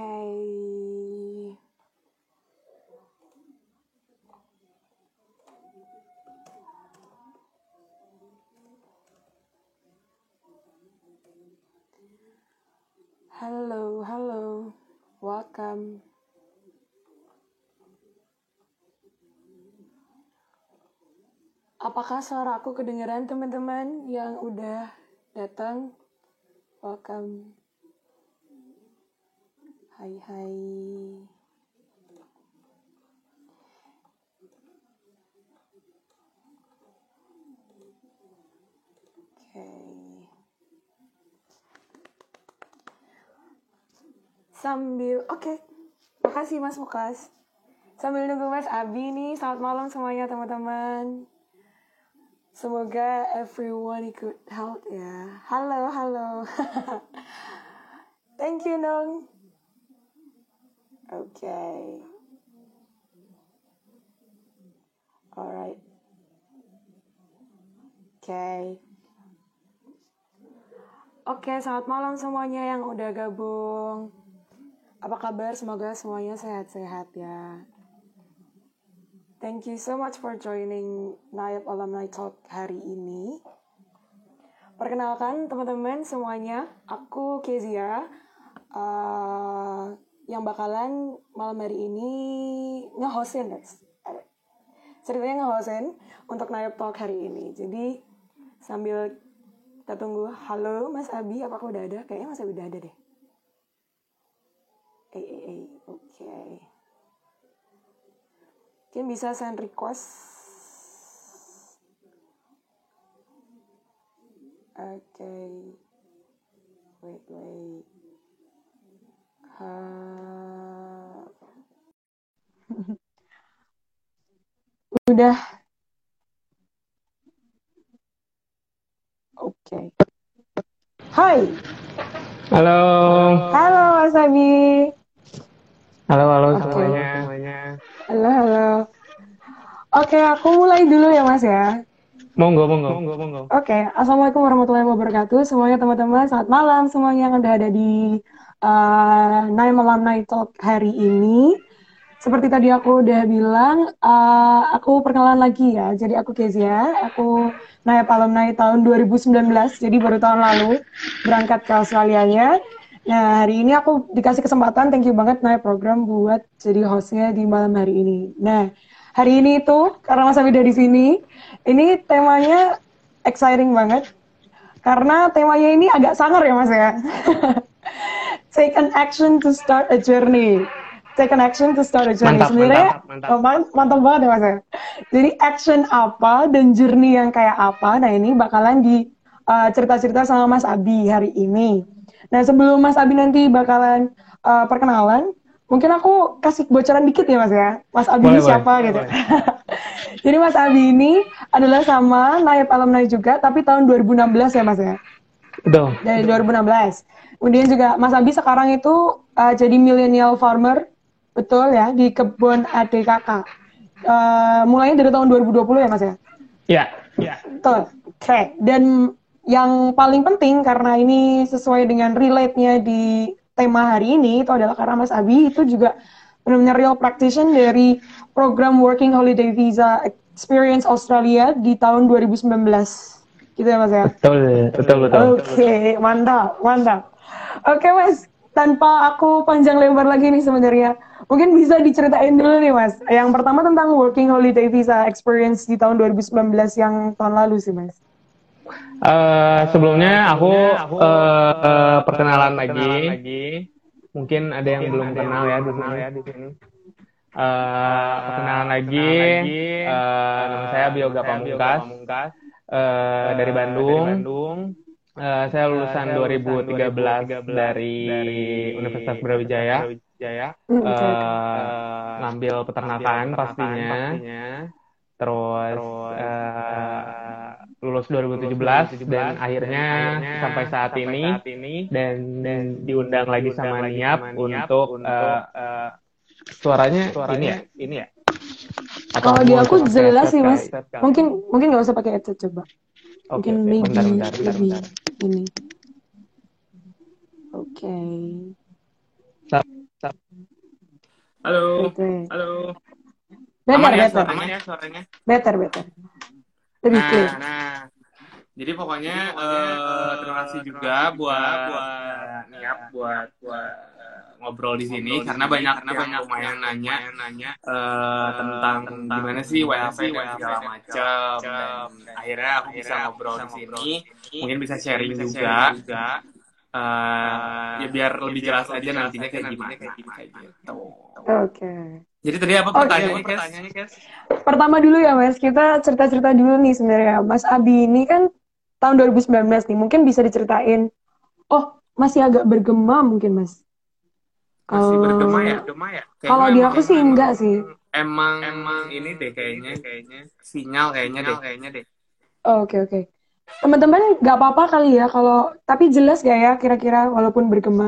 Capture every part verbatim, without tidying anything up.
Okay. Hello, hello. Welcome. Apakah suara aku kedengeran teman-teman yang udah datang? Welcome. Hai hai. Oke. Okay. Sambil, oke. Okay. Makasih Mas Mukas. Sambil nunggu Mas Abi nih, selamat malam semuanya teman-teman. Semoga everyone ikut health ya. Halo, halo. Thank you, Nong. Oke. Okay. Alright. Oke. Okay. Oke, okay, selamat malam semuanya yang udah gabung. Apa kabar? Semoga semuanya sehat-sehat ya. Thank you so much for joining Nayab Alumni Talk hari ini. Perkenalkan teman-teman semuanya, aku Kezia. Uh, yang bakalan malam hari ini nge-hostin, guys. Ceritanya nge-hostin untuk Nayab Talk hari ini. Jadi sambil kita tunggu, halo Mas Abi, apakah udah ada? Kayaknya Mas Abi udah ada deh. Eh, eh, eh, oke. Okay. Mungkin bisa send request. Oke. Okay. Wait, wait. Uh... Udah. Oke. Okay. Hai. Halo. Halo Mas Abi. Halo, halo okay. semuanya. semuanya. Halo, halo. Oke, okay, aku mulai dulu ya Mas ya. Monggo, monggo, monggo, monggo. Oke, okay. Assalamualaikum warahmatullahi wabarakatuh. Semuanya teman-teman, selamat malam semuanya yang udah ada di uh, Nayab Alumni Talk hari ini. Seperti tadi aku udah bilang, uh, aku perkenalan lagi ya. Jadi aku Kezia, aku Nayab Alumni tahun dua ribu sembilan belas, jadi baru tahun lalu berangkat ke Australia-nya. Nah, hari ini aku dikasih kesempatan, thank you banget Nayab Program buat jadi hostnya di malam hari ini. Nah, hari ini tuh, karena Mas Abi udah di sini, ini temanya exciting banget. Karena temanya ini agak sangar ya Mas ya. Take an action to start a journey. Take an action to start a journey. Mantap, Sebenarnya mantap, mantap. Oh, mantap banget ya Mas ya. Jadi action apa dan journey yang kayak apa, nah ini bakalan di uh, cerita-cerita sama Mas Abi hari ini. Nah sebelum Mas Abi nanti bakalan uh, perkenalan, mungkin aku kasih bocoran dikit ya Mas ya. Mas Abi boleh, ini siapa boleh, gitu. Jadi Mas Abi ini adalah sama Nayab Alumni juga, tapi tahun dua ribu enam belas ya Mas ya. Betul. Dari dua ribu enam belas. Kemudian juga Mas Abi sekarang itu uh, jadi millennial farmer, betul ya, di kebun A D K K. Uh, mulainya dari tahun dua ribu dua puluh ya Mas ya? Iya. Iya. Betul. Oke. Okay. Dan yang paling penting karena ini sesuai dengan relate-nya di tema hari ini, itu adalah karena Mas Abi itu juga benar-benar real practitioner dari program Working Holiday Visa Experience Australia di tahun dua ribu sembilan belas. Gitu ya Mas ya? Betul, betul, betul. Oke, okay, mantap, mantap. Oke okay, Mas, tanpa aku panjang lebar lagi nih sebenarnya, mungkin bisa diceritain dulu nih Mas. Yang pertama tentang Working Holiday Visa Experience di tahun dua ribu sembilan belas yang tahun lalu sih Mas. Uh, sebelumnya aku, aku uh, uh, perkenalan, perkenalan lagi. lagi. Mungkin ada yang Mungkin belum ada kenal yang ya, di sini. ya di sini. Uh, perkenalan lagi, lagi. Uh, nama saya Bioga Pamungkas, uh, dari Bandung. Dari Bandung. Uh, saya lulusan uh, dua ribu tiga belas dari, dari Universitas Brawijaya. Brawijaya. Uh, ngambil peternakan, peternakan pastinya. pastinya. Terus, Terus uh, lulus dua ribu tujuh belas, lulus dua ribu tujuh belas dan, dan akhirnya, akhirnya sampai saat sampai ini, saat ini dan, dan diundang, diundang lagi sama Niab untuk, untuk uh, suaranya, suaranya ini ya, ini ya. Kalau di aku jelas sih Mas. Kali. Mungkin mungkin nggak usah pakai headset coba. Oke, mungkin okay, maybe bentar, bentar, bentar, lebih bentar. ini. Oke. Okay. Halo, Wait, wait. halo. Better, Aman ya better. suaranya? Suaranya. Better, better. Lebih Nah, clear. nah. Jadi pokoknya eh, terima kasih juga buat eh, Niap buat eh, ngobrol di sini karena banyak yang lumayan nanya eh, tentang gimana sih W H V dan segala macam dan akhirnya aku bisa ngobrol di sini, mungkin bisa sharing juga. Eh, ya biar lebih jelas aja nantinya kayak gimana kayak gitu. Oke. Okay. Jadi tadi apa Oke. pertanyaannya, Kes? Pertama dulu ya Mas, kita cerita-cerita dulu nih sebenarnya. Mas Abi ini kan tahun dua ribu sembilan belas nih, mungkin bisa diceritain. Oh, masih agak bergema mungkin Mas. Masih bergema ya? Kalau kalau Kayaknya di emang aku sih emang enggak sih. emang ini deh kayaknya sinyal kayaknya deh. Oh, oke oke. Teman-teman nggak apa-apa kali ya kalau tapi jelas gak ya kira-kira walaupun bergema?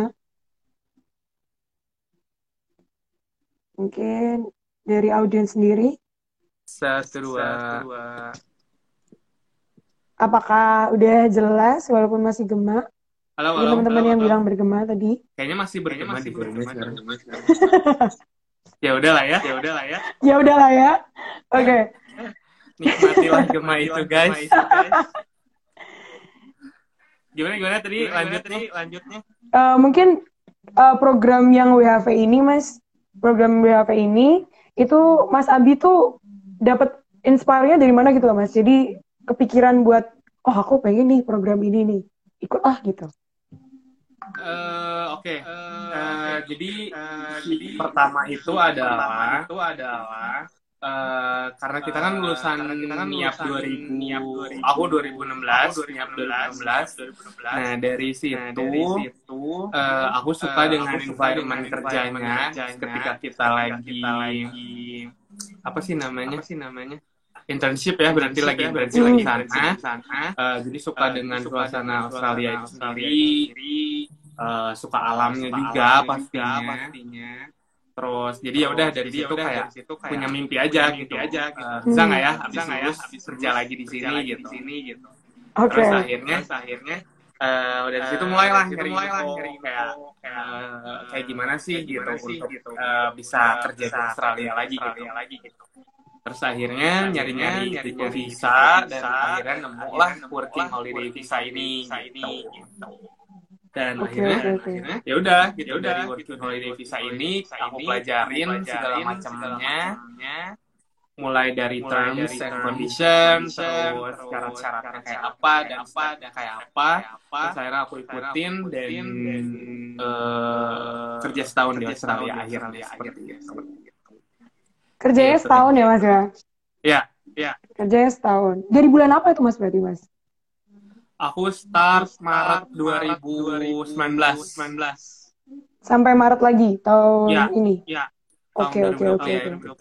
Mungkin dari audiens sendiri, Satu dua. apakah udah jelas walaupun masih gema? Halo, Mungkin halo. teman-teman yang bilang bergema tadi. Kayaknya masih bergema di volume sekarang. Ya udahlah ya. Ya udahlah ya. Oke. Okay. Nikmatilah gema itu, guys. Gimana gimana tadi lanjutnya? Uh, mungkin uh, program yang W H V ini, Mas, program W H V ini itu Mas Abi tuh dapat inspire-nya dari mana gitu loh, Mas. Jadi kepikiran buat, oh aku pengen nih program ini nih, ikut ah gitu. Uh, Oke, okay. uh, jadi uh, jadi pertama itu adalah Uh, karena kita kan lulusan uh, kita kan Niap dua ribu, aku dua ribu enam belas, Niap dua ribu enam belas. Nah dari situ, nah, dari situ uh, aku suka uh, dengan environment kerjanya. Ketika kita lagi, apa sih namanya? Apa sih namanya? Internship ya, berarti lagi internship di sana. Uh, jadi suka uh, dengan suasana Australia itu sendiri, uh, suka alamnya juga pastinya. Terus jadi ya udah dari situ kayak punya mimpi aja gitu. Uh, bisa nggak ya abis lulus kerja lagi di sini gitu. Okay. Terus akhirnya akhirnya uh, udah dari situ mulailah nyari info kayak uh, kayak gimana sih gitu untuk uh, bisa kerja di Australia lagi gitu. Terus akhirnya nyari-nyari info visa dan akhirnya nemu lah working holiday visa ini gitu. Dan okay, akhirnya, okay, okay. akhirnya ya udah gitu dari working holiday visa ini aku pelajarin segala macamnya, mulai dari terms and conditions, terus syarat-syaratnya kayak apa dan stepnya kayak apa. Terus akhirnya aku ikutin dan uh, kerja setahun di Australia akhirnya seperti itu. Kerjanya setahun ya Mas ya? Ya, ya. Kerjanya setahun. Dari bulan apa itu Mas berarti Mas? Aku start Maret dua ribu sembilan belas. Sampai Maret lagi tahun ya, ini? Ya. Oke, oke, oke.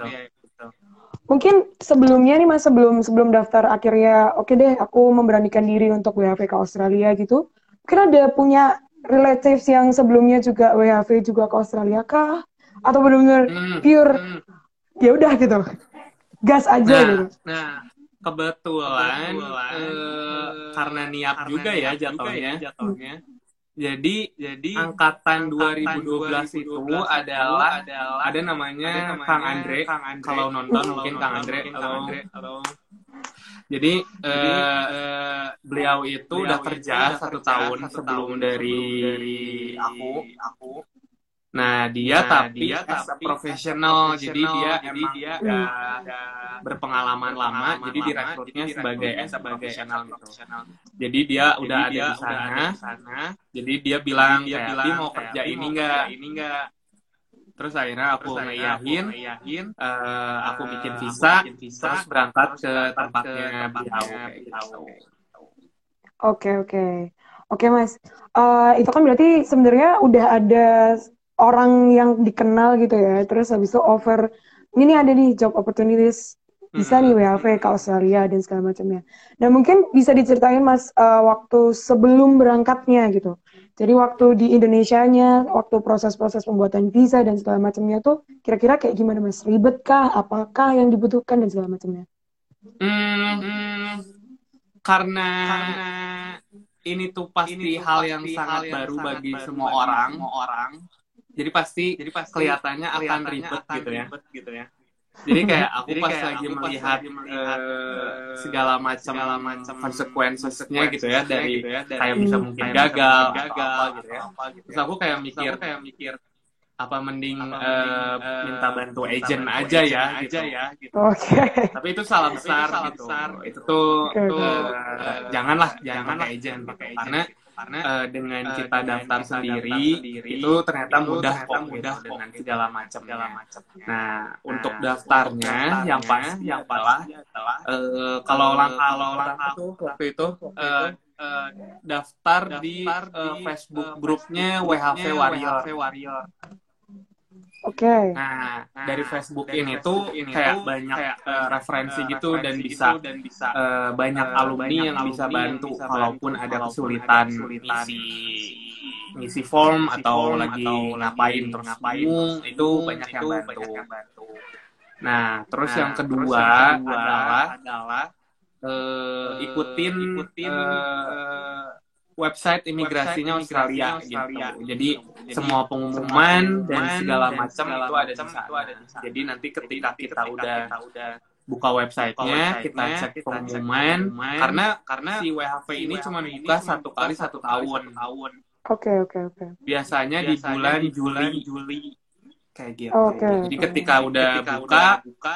Mungkin sebelumnya nih Mas, sebelum sebelum daftar akhirnya, oke okay deh, aku memberanikan diri untuk W H V ke Australia gitu. Mungkin ada punya relatives yang sebelumnya juga W H V juga ke Australia kah? Atau benar-benar hmm, pure, hmm. ya udah gitu, gas aja nah, gitu. Nah, kebetulan, kebetulan uh, karena niat karena juga niat ya jatuhnya. Ya, jatuhnya. Jadi, jadi angkatan dua ribu dua belas itu adalah, adalah ada namanya, ada namanya Kang Andre. Kang Andre. Kalau nonton mungkin Kang Andre. Kang Andre. Halo. Jadi, jadi uh, beliau itu beliau udah kerja itu satu kerja tahun satu sebelum tahun dari, dari aku. aku. Nah dia nah, tapi dia as a profesional, jadi dia jadi emang dia udah, udah berpengalaman lama, jadi direkrutnya sebagai as a profesional gitu. Jadi dia jadi udah dia ada di sana, sana. Jadi dia bilang jadi dia kayak, bilang, mau kerja kayak, ini enggak, ini enggak. Terus akhirnya aku ngeyahin, uh, aku bikin visa, bikin visa, terus berangkat terus ke tempatnya beliau kayak gitu. Oke oke oke Mas, uh, itu kan berarti sebenarnya udah ada orang yang dikenal gitu ya, terus habis itu offer ini ada nih job opportunities bisa nih W H V ke Australia dan segala macamnya. Dan mungkin bisa diceritain Mas uh, waktu sebelum berangkatnya gitu. Jadi waktu di Indonesianya, waktu proses-proses pembuatan visa dan segala macamnya tuh kira-kira kayak gimana Mas? Ribet kah? Apakah yang dibutuhkan dan segala macamnya? Hmm, hmm, karena, karena ini tuh pasti ini tuh hal yang sangat hal yang baru sangat bagi baru semua bagi orang. Semua orang. Jadi pasti jadi pasti kelihatannya akan ribet akan gitu ya. Ribet gitu ya. Jadi kayak aku Jadi pas kayak lagi aku melihat, lagi melihat uh, segala macam segala macam konsekuensinya gitu ya dari, gitu ya, dari kayak bisa mungkin gagal, gagal atau gitu ya. Apa, gitu Terus aku kayak mikir, aku kayak mikir apa mending, apa uh, uh, minta bantu agent aja ya, aja gitu. ya. Gitu. Oke. Okay. Tapi itu salah besar itu gitu. Besar. Itu tuh, okay, tuh okay. Uh, janganlah, jangan pakai agent, pakai agent. Karena karena uh, dengan uh, kita dengan daftar kita sendiri, daftar sendiri itu ternyata itu mudah kok mudah gitu, dengan segala macam segala macam. Nah, nah, untuk daftarnya, daftarnya yang pasti yang adalah uh, kalau langkah kalau langkah itu waktu itu uh, uh, daftar, daftar di uh, Facebook uh, grupnya W H V Warrior. Oke. Okay. Nah, nah, dari Facebook dari ini Facebook tuh ini kayak tuh banyak kayak, uh, referensi uh, gitu referensi dan bisa, gitu, dan bisa uh, banyak uh, alumni banyak yang bisa bantu bisa kalaupun bantu, ada kesulitan, ada kesulitan ngisi ngisi form ngisi atau form, lagi atau ngapain terus ngapain terus itu banyak yang bantu. Banyak yang bantu. Nah, terus nah, yang kedua, terus yang kedua adalah, adalah uh, ikutin ikutin uh, website imigrasinya Australia, Australia gitu. Jadi, Jadi semua pengumuman semua dan segala macam itu ada di sana. Jadi nanti ketika kita, kita udah udah buka websitenya, kita cek pengumuman karena karena si W H V ini cuma buka satu kali satu tahun. Oke oke oke. Biasanya di bulan Juli Juli kayak gitu. Okay. Jadi ketika udah ketika buka, udah buka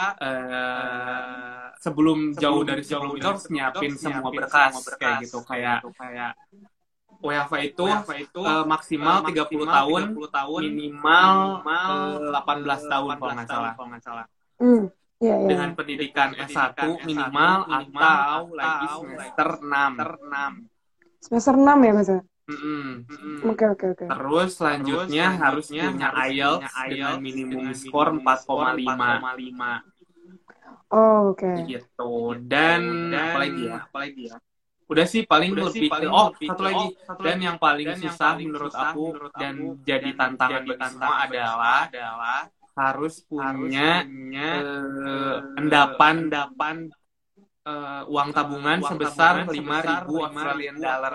uh, sebelum, sebelum jauh dari sebelum itu harus nyiapin semua berkas, berkas kayak gitu kayak kayak W H V itu, W H V itu uh, maksimal tiga puluh tahun, minimal uh, delapan belas tahun kalau nggak salah. salah. Mm, yeah, yeah. Dengan pendidikan S satu minimal, minimal atau lagi semester enam. Semester enam ya Mas? Oke oke oke. Terus selanjutnya Terus, harus punya I E L T S dengan minimum skor empat koma lima. Oh, oke. Okay. Gitu. Dan, dan apalagi ya? Apalagi ya? Udah sih paling Udah lebih sih, paling oh lebih, satu lagi oh, satu dan lagi. yang paling dan susah, yang paling menurut, susah aku, menurut aku dan jadi tantangan bagi semua adalah adalah harus punya, punya uh, endapan endapan uh, uang tabungan uang sebesar lima ribu Australian dollar.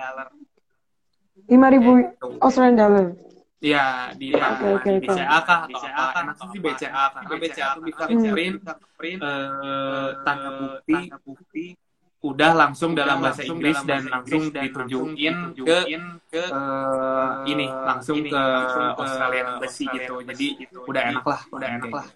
lima ribu Australian dollar. Iya, di ya, okay, okay, B C A kah atau apa? Enak sih B C A karena B C A itu bisa print print uh, tanda bukti bukti udah langsung dalam bahasa Inggris dan langsung ditunjukin ke ke uh, ini langsung ke Australian Embassy gitu. Jadi udah enak lah, udah enak lah.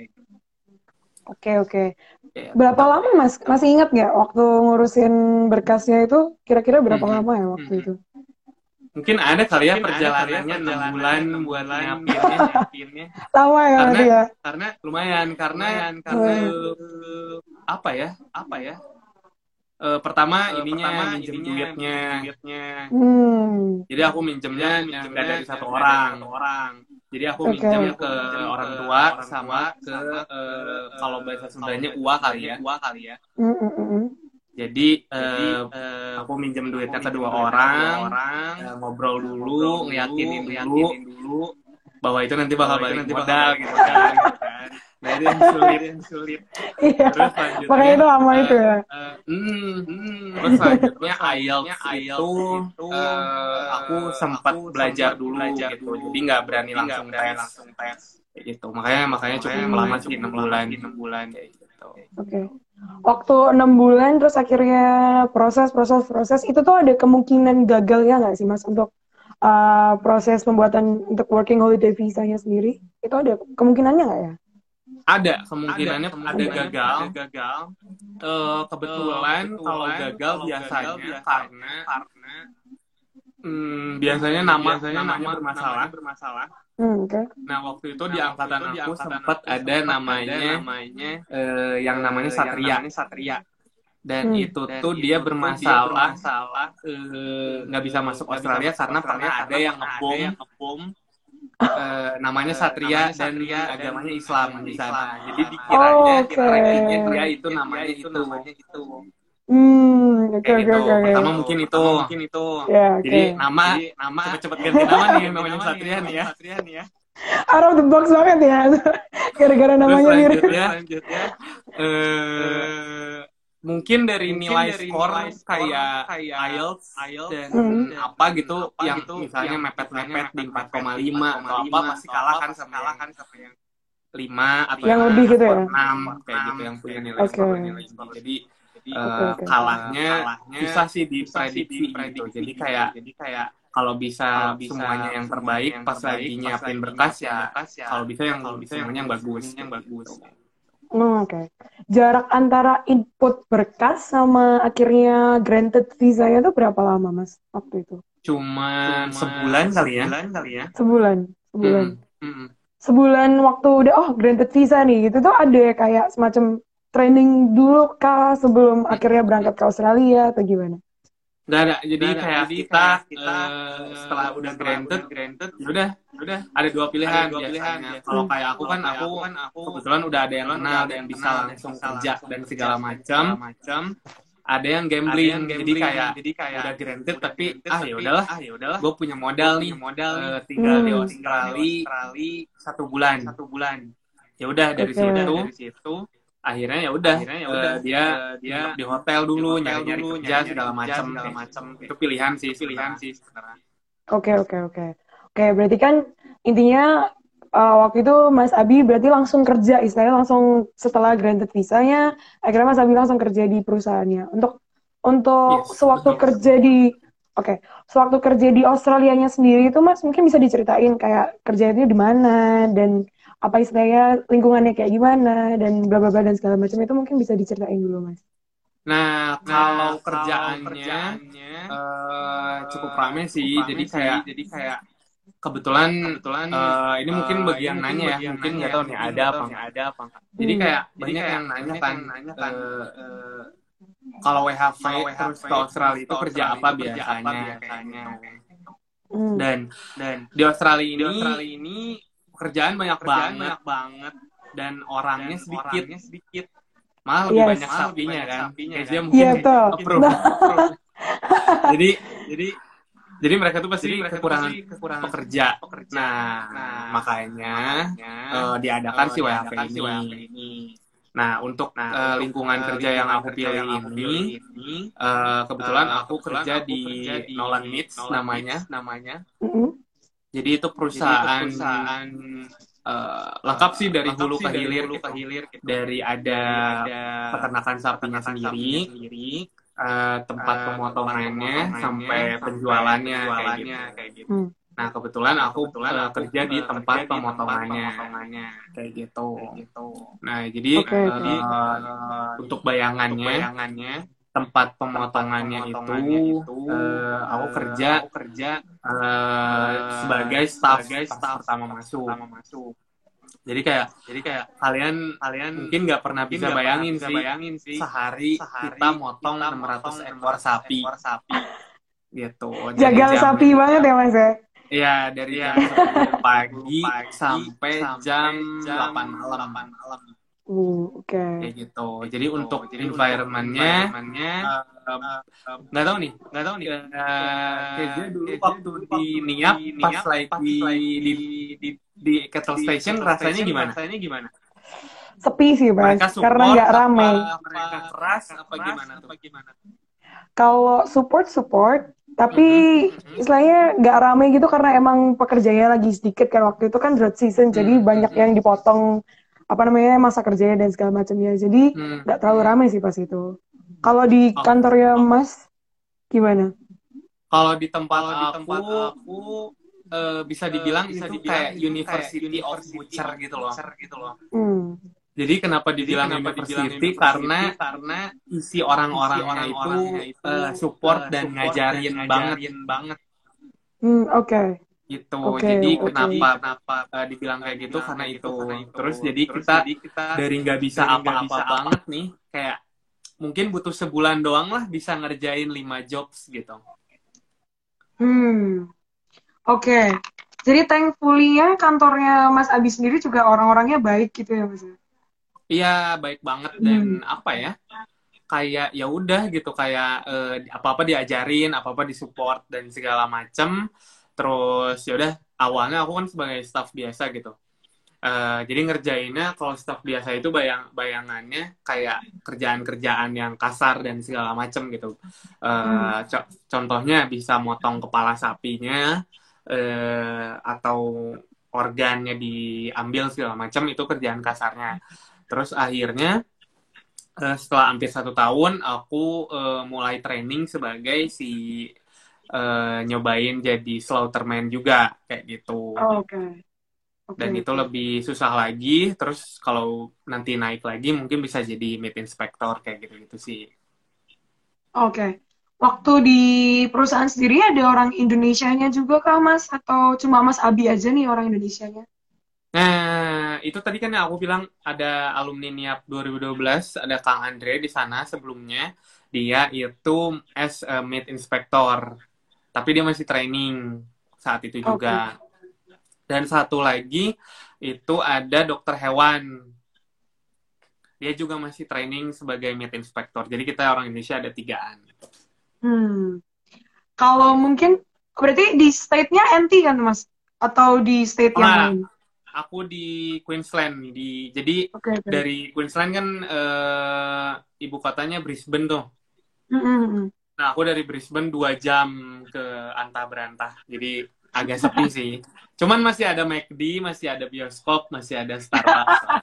Oke oke. Berapa lama Mas? Masih ingat nggak waktu ngurusin berkasnya itu? Kira-kira berapa hmm. lama ya waktu hmm. itu? Mungkin ada kali ya perjalanannya enam bulan buat nyiapinnya. Lama ya karena, ya. Karena lumayan karena lumayan, karena uh, apa ya? Apa ya? Uh, pertama uh, ininya pertama minjem duitnya. duitnya. Hmm. Jadi aku minjemnya nggak dari satu orang. orang. Jadi aku okay. minjem ke orang tua orang sama ke uh, kalau bahasa Sundanya uwa kali ya. Uwa kali ya. Mm-mm. Jadi, Jadi uh, uh, aku minjem duitnya ke dua orang, orang uh, ngobrol dulu, ngeyakinin dulu, dulu bahwa itu nanti bakal balik nanti modal gitu kan. Nah itu yang sulit, yang sulit. Iya. Terus selanjutnya, makanya itu lama uh, itu ya. Uh, mm, mm, terus selanjutnya I E L T S itu, itu uh, aku sempat belajar dulu belajar gitu, jadi nggak berani langsung tes. Langsung tes. Gitu. Makanya makanya cukup lama sih enam bulan, enam bulan kayak gitu. Oke. Okay. Waktu enam bulan terus akhirnya proses proses proses itu tuh ada kemungkinan gagalnya nggak sih Mas untuk uh, proses pembuatan untuk working holiday visanya sendiri? Itu ada kemungkinannya nggak ya? Ada kemungkinannya ada, ada gagal. Ada gagal. Uh, kebetulan uh, kalau gagal kalau biasanya, gagal, karena karena hmm, biasanya nama biasanya namanya bermasalah. bermasalah. Hmm, okay. Nah waktu itu nah, di angkatan itu, aku sempat ada namanya, ada namanya uh, yang namanya Satria. Yang namanya Satria. Dan hmm. itu dan tuh itu dia bermasalah, nggak uh, bisa masuk Australia karena pernah ada yang ngebom, uh, namanya Satria, uh, namanya dan agamanya Islam di sana. Jadi dikiranya, oh, okay. dikiranya dia itu namanya itu. Namanya itu. Hmm, oke okay, oke gitu. oke. Pertama mungkin itu. Mungkin itu. Yeah, okay. Jadi nama Jadi, nama cepet-cepet ganti nama nih namanya Satria nih ya. Satria nih ya. Out of the box banget ya. Gara-gara namanya mirip. Selanjutnya, selanjutnya eh mungkin dari Mungkin nilai dari skor nilai kayak IELTS dan Hmm. apa gitu apa yang gitu, misalnya mepet-mepet di empat koma lima atau apa pasti kalah kan sama yang lima atau Yang yang lebih gitu ya? enam kayak gitu yang punya nilai Oke. skor nilai tinggi. Jadi Oke, eh, oke. kalahnya susah sih diprediksi gitu. Jadi kayak kalau bisa semuanya yang terbaik pas lagi nyiapin berkas ya kalau bisa yang semuanya yang bagus yang bagus. Hmm, Oke. Jarak antara input berkas sama akhirnya granted visa-nya tuh berapa lama, Mas, waktu itu? Cuman sebulan kali ya. Sebulan. Sebulan. Mm, mm. Sebulan waktu udah, oh granted visa nih, gitu tuh ada kayak semacam training dulu kah sebelum akhirnya berangkat ke Australia atau gimana? Nggak ada, jadi Nggak ada. kayak Jadi kita, kayak kita uh, setelah uh, udah granted, granted, udah, udah ada dua pilihan, ada dua pilihan biasanya. Kalau kayak aku kan, aku kan, aku kebetulan udah ada yang kenal dan bisa langsung kerja dan segala macam. Ada yang gambling, ada yang gambling jadi kayak, jadi kayak udah granted udah tapi granted, ah ya udahlah, ah ya udahlah, gue punya modal nih, modal uh, tinggal hmm. di Australia satu bulan, satu bulan. Ya udah dari okay. situ, dari situ. Akhirnya ya udah uh, dia dia di hotel dulu nyari-nyari kerja segala macam segala macam itu pilihan sih pilihan sih sebenarnya. Oke oke oke oke berarti kan intinya uh, waktu itu Mas Abi berarti langsung kerja istilahnya langsung setelah granted visanya akhirnya Mas Abi langsung kerja di perusahaannya untuk untuk yes, sewaktu betul. kerja di oke okay, sewaktu kerja di Australianya sendiri itu Mas mungkin bisa diceritain kayak kerjanya di mana dan apa istilahnya lingkungannya kayak gimana dan bla bla bla dan segala macam itu mungkin bisa diceritain dulu Mas. Nah kalau nah, kerjaannya, kerjaannya uh, cukup rame sih, rame jadi sih. kayak jadi kayak kebetulan kebetulan uh, ini uh, mungkin bagian ini nanya ya, mungkin nggak tahu nih ada apa nggak ada apa. Jadi kayak hmm. banyak yang nanya kan, nanya kan uh, uh, kalau W H V terus ke Australia itu kerja apa biasanya, biasanya. Hmm. Dan dan di Australia ini, di Australia ini pekerjaan banyak Kerjaan banget, banyak banget dan orangnya dan sedikit, orangnya sedikit. Malah lebih yes. banyak sapinya kan. Sapinya, kan? Dia mungkin yeah, approve. jadi jadi jadi mereka tuh pasti mereka kekurangan, pasti kekurangan pekerja. pekerja. Nah, nah makanya, makanya uh, diadakan uh, si W H V ini. ini. Nah, untuk nah, uh, lingkungan uh, kerja yang aku pilih yang aku ini, ini uh, kebetulan uh, aku kebetulan kerja, aku di kerja di Nolan Meats namanya, namanya. Mm-hmm. Jadi itu perusahaan, Jadi itu perusahaan uh, lengkap sih dari hulu ke hilir, hulu ke hilir gitu. Dari ada, ada peternakan sapinya sendiri, sendiri uh, tempat uh, pemotongannya sampai penjualannya, penjualannya kayak gitu. Kayak gitu. Hmm. Nah kebetulan aku kebetulan uh, kerja di tempat kerja pemotongannya, pemotongannya kayak gitu. Kayak gitu. Nah jadi okay, uh, okay. Uh, untuk bayangannya, untuk bayangannya tempat pemotongannya, tempat pemotongannya itu, itu uh, aku kerja aku kerja uh, sebagai staff staff pertama masuk. masuk. Jadi kayak jadi kayak kalian kalian mungkin nggak pernah bisa gak bayangin, pernah sih, bayangin sih sehari, sehari kita motong kita enam ratus ekor sapi. sapi. Gitu. Jagal sapi banget ya Mas ya. Iya, dari ya, sepuluh pagi, pagi sampai, sampai jam delapan malam. Uh, oke. Okay. Kayak gitu. Jadi gitu. untuk Jadi environment-nya nggak uh, uh, tahu nih, nggak tahu nih. Uh, Kerja dulu kerja waktu dulu di Niap pas, pas lagi di di di, di Kettle Station di rasanya station, gimana? Rasanya gimana? Sepi sih, Mas. Karena nggak rame. Mereka keras apa gimana tuh? Kalau support support, tapi mm-hmm. istilahnya nggak rame gitu karena emang pekerjaannya lagi sedikit kan waktu itu kan drought season, mm-hmm. jadi banyak yang dipotong apa namanya masa kerjanya dan segala macamnya, jadi nggak hmm. terlalu ramai sih pas itu. Kalau di kantornya Mas gimana? Kalau di tempat Kalau di tempat aku, aku uh, bisa dibilang uh, bisa itu dibilang kayak University, University of Butcher gitu loh. Gitu loh. Hmm. Jadi kenapa dibilang Jadi kenapa university, university karena karena isi orang-orangnya itu, itu uh, support uh, dan support ngajarin, dan ngajarin banget. banget. Hmm, oke. Okay. Gitu. Okay, jadi okay. kenapa kenapa uh, dibilang kayak gitu karena itu. Karena itu. Terus jadi Terus kita, jadi kita dari nggak bisa apa-apa banget apa. nih, kayak mungkin butuh sebulan doang lah bisa ngerjain lima jobs gitu. Hmm. Oke. Okay. Jadi thankfully-nya kantornya Mas Abi sendiri juga orang-orangnya baik gitu ya Mas? Iya, baik banget dan hmm. apa ya? Kayak ya udah gitu kayak uh, apa-apa diajarin, apa-apa disupport dan segala macem. Terus ya udah awalnya aku kan sebagai staff biasa gitu. Eh, jadi ngerjainnya kalau staff biasa itu bayang bayangannya kayak kerjaan-kerjaan yang kasar dan segala macem gitu. Hmm. Eh, co- contohnya bisa motong kepala sapinya eh, atau organnya diambil segala macam itu kerjaan kasarnya. Terus akhirnya eh, setelah hampir satu tahun aku eh, mulai training sebagai si eh, nyobain jadi slaughterman juga kayak gitu. Oh, oke. Oke, Dan itu oke. lebih susah lagi. Terus kalau nanti naik lagi mungkin bisa jadi meat inspector kayak gitu-gitu sih. Oke. Waktu di perusahaan sendiri ada orang Indonesianya juga kah, Mas? Atau cuma Mas Abi aja nih orang Indonesianya? Nah, itu tadi kan yang aku bilang ada alumni NIAP dua ribu dua belas, ada Kang Andre di sana sebelumnya. Dia itu as a meat inspector, tapi dia masih training saat itu juga. Oke. Dan satu lagi itu ada dokter hewan. Dia juga masih training sebagai meat inspector. Jadi kita orang Indonesia ada tigaan. Hmm. Kalau Gitu. mungkin berarti di state-nya N T kan, Mas? Atau di state Oh, yang enggak, lain? aku di Queensland. Di, jadi Oke, oke. dari Queensland kan eh, ibu kotanya Brisbane tuh. Hmm, hmm, hmm. Nah, aku dari Brisbane dua jam ke Antah Berantah. Jadi agak sepi sih. Cuman masih ada McD, masih ada bioskop, masih ada Starbucks lah.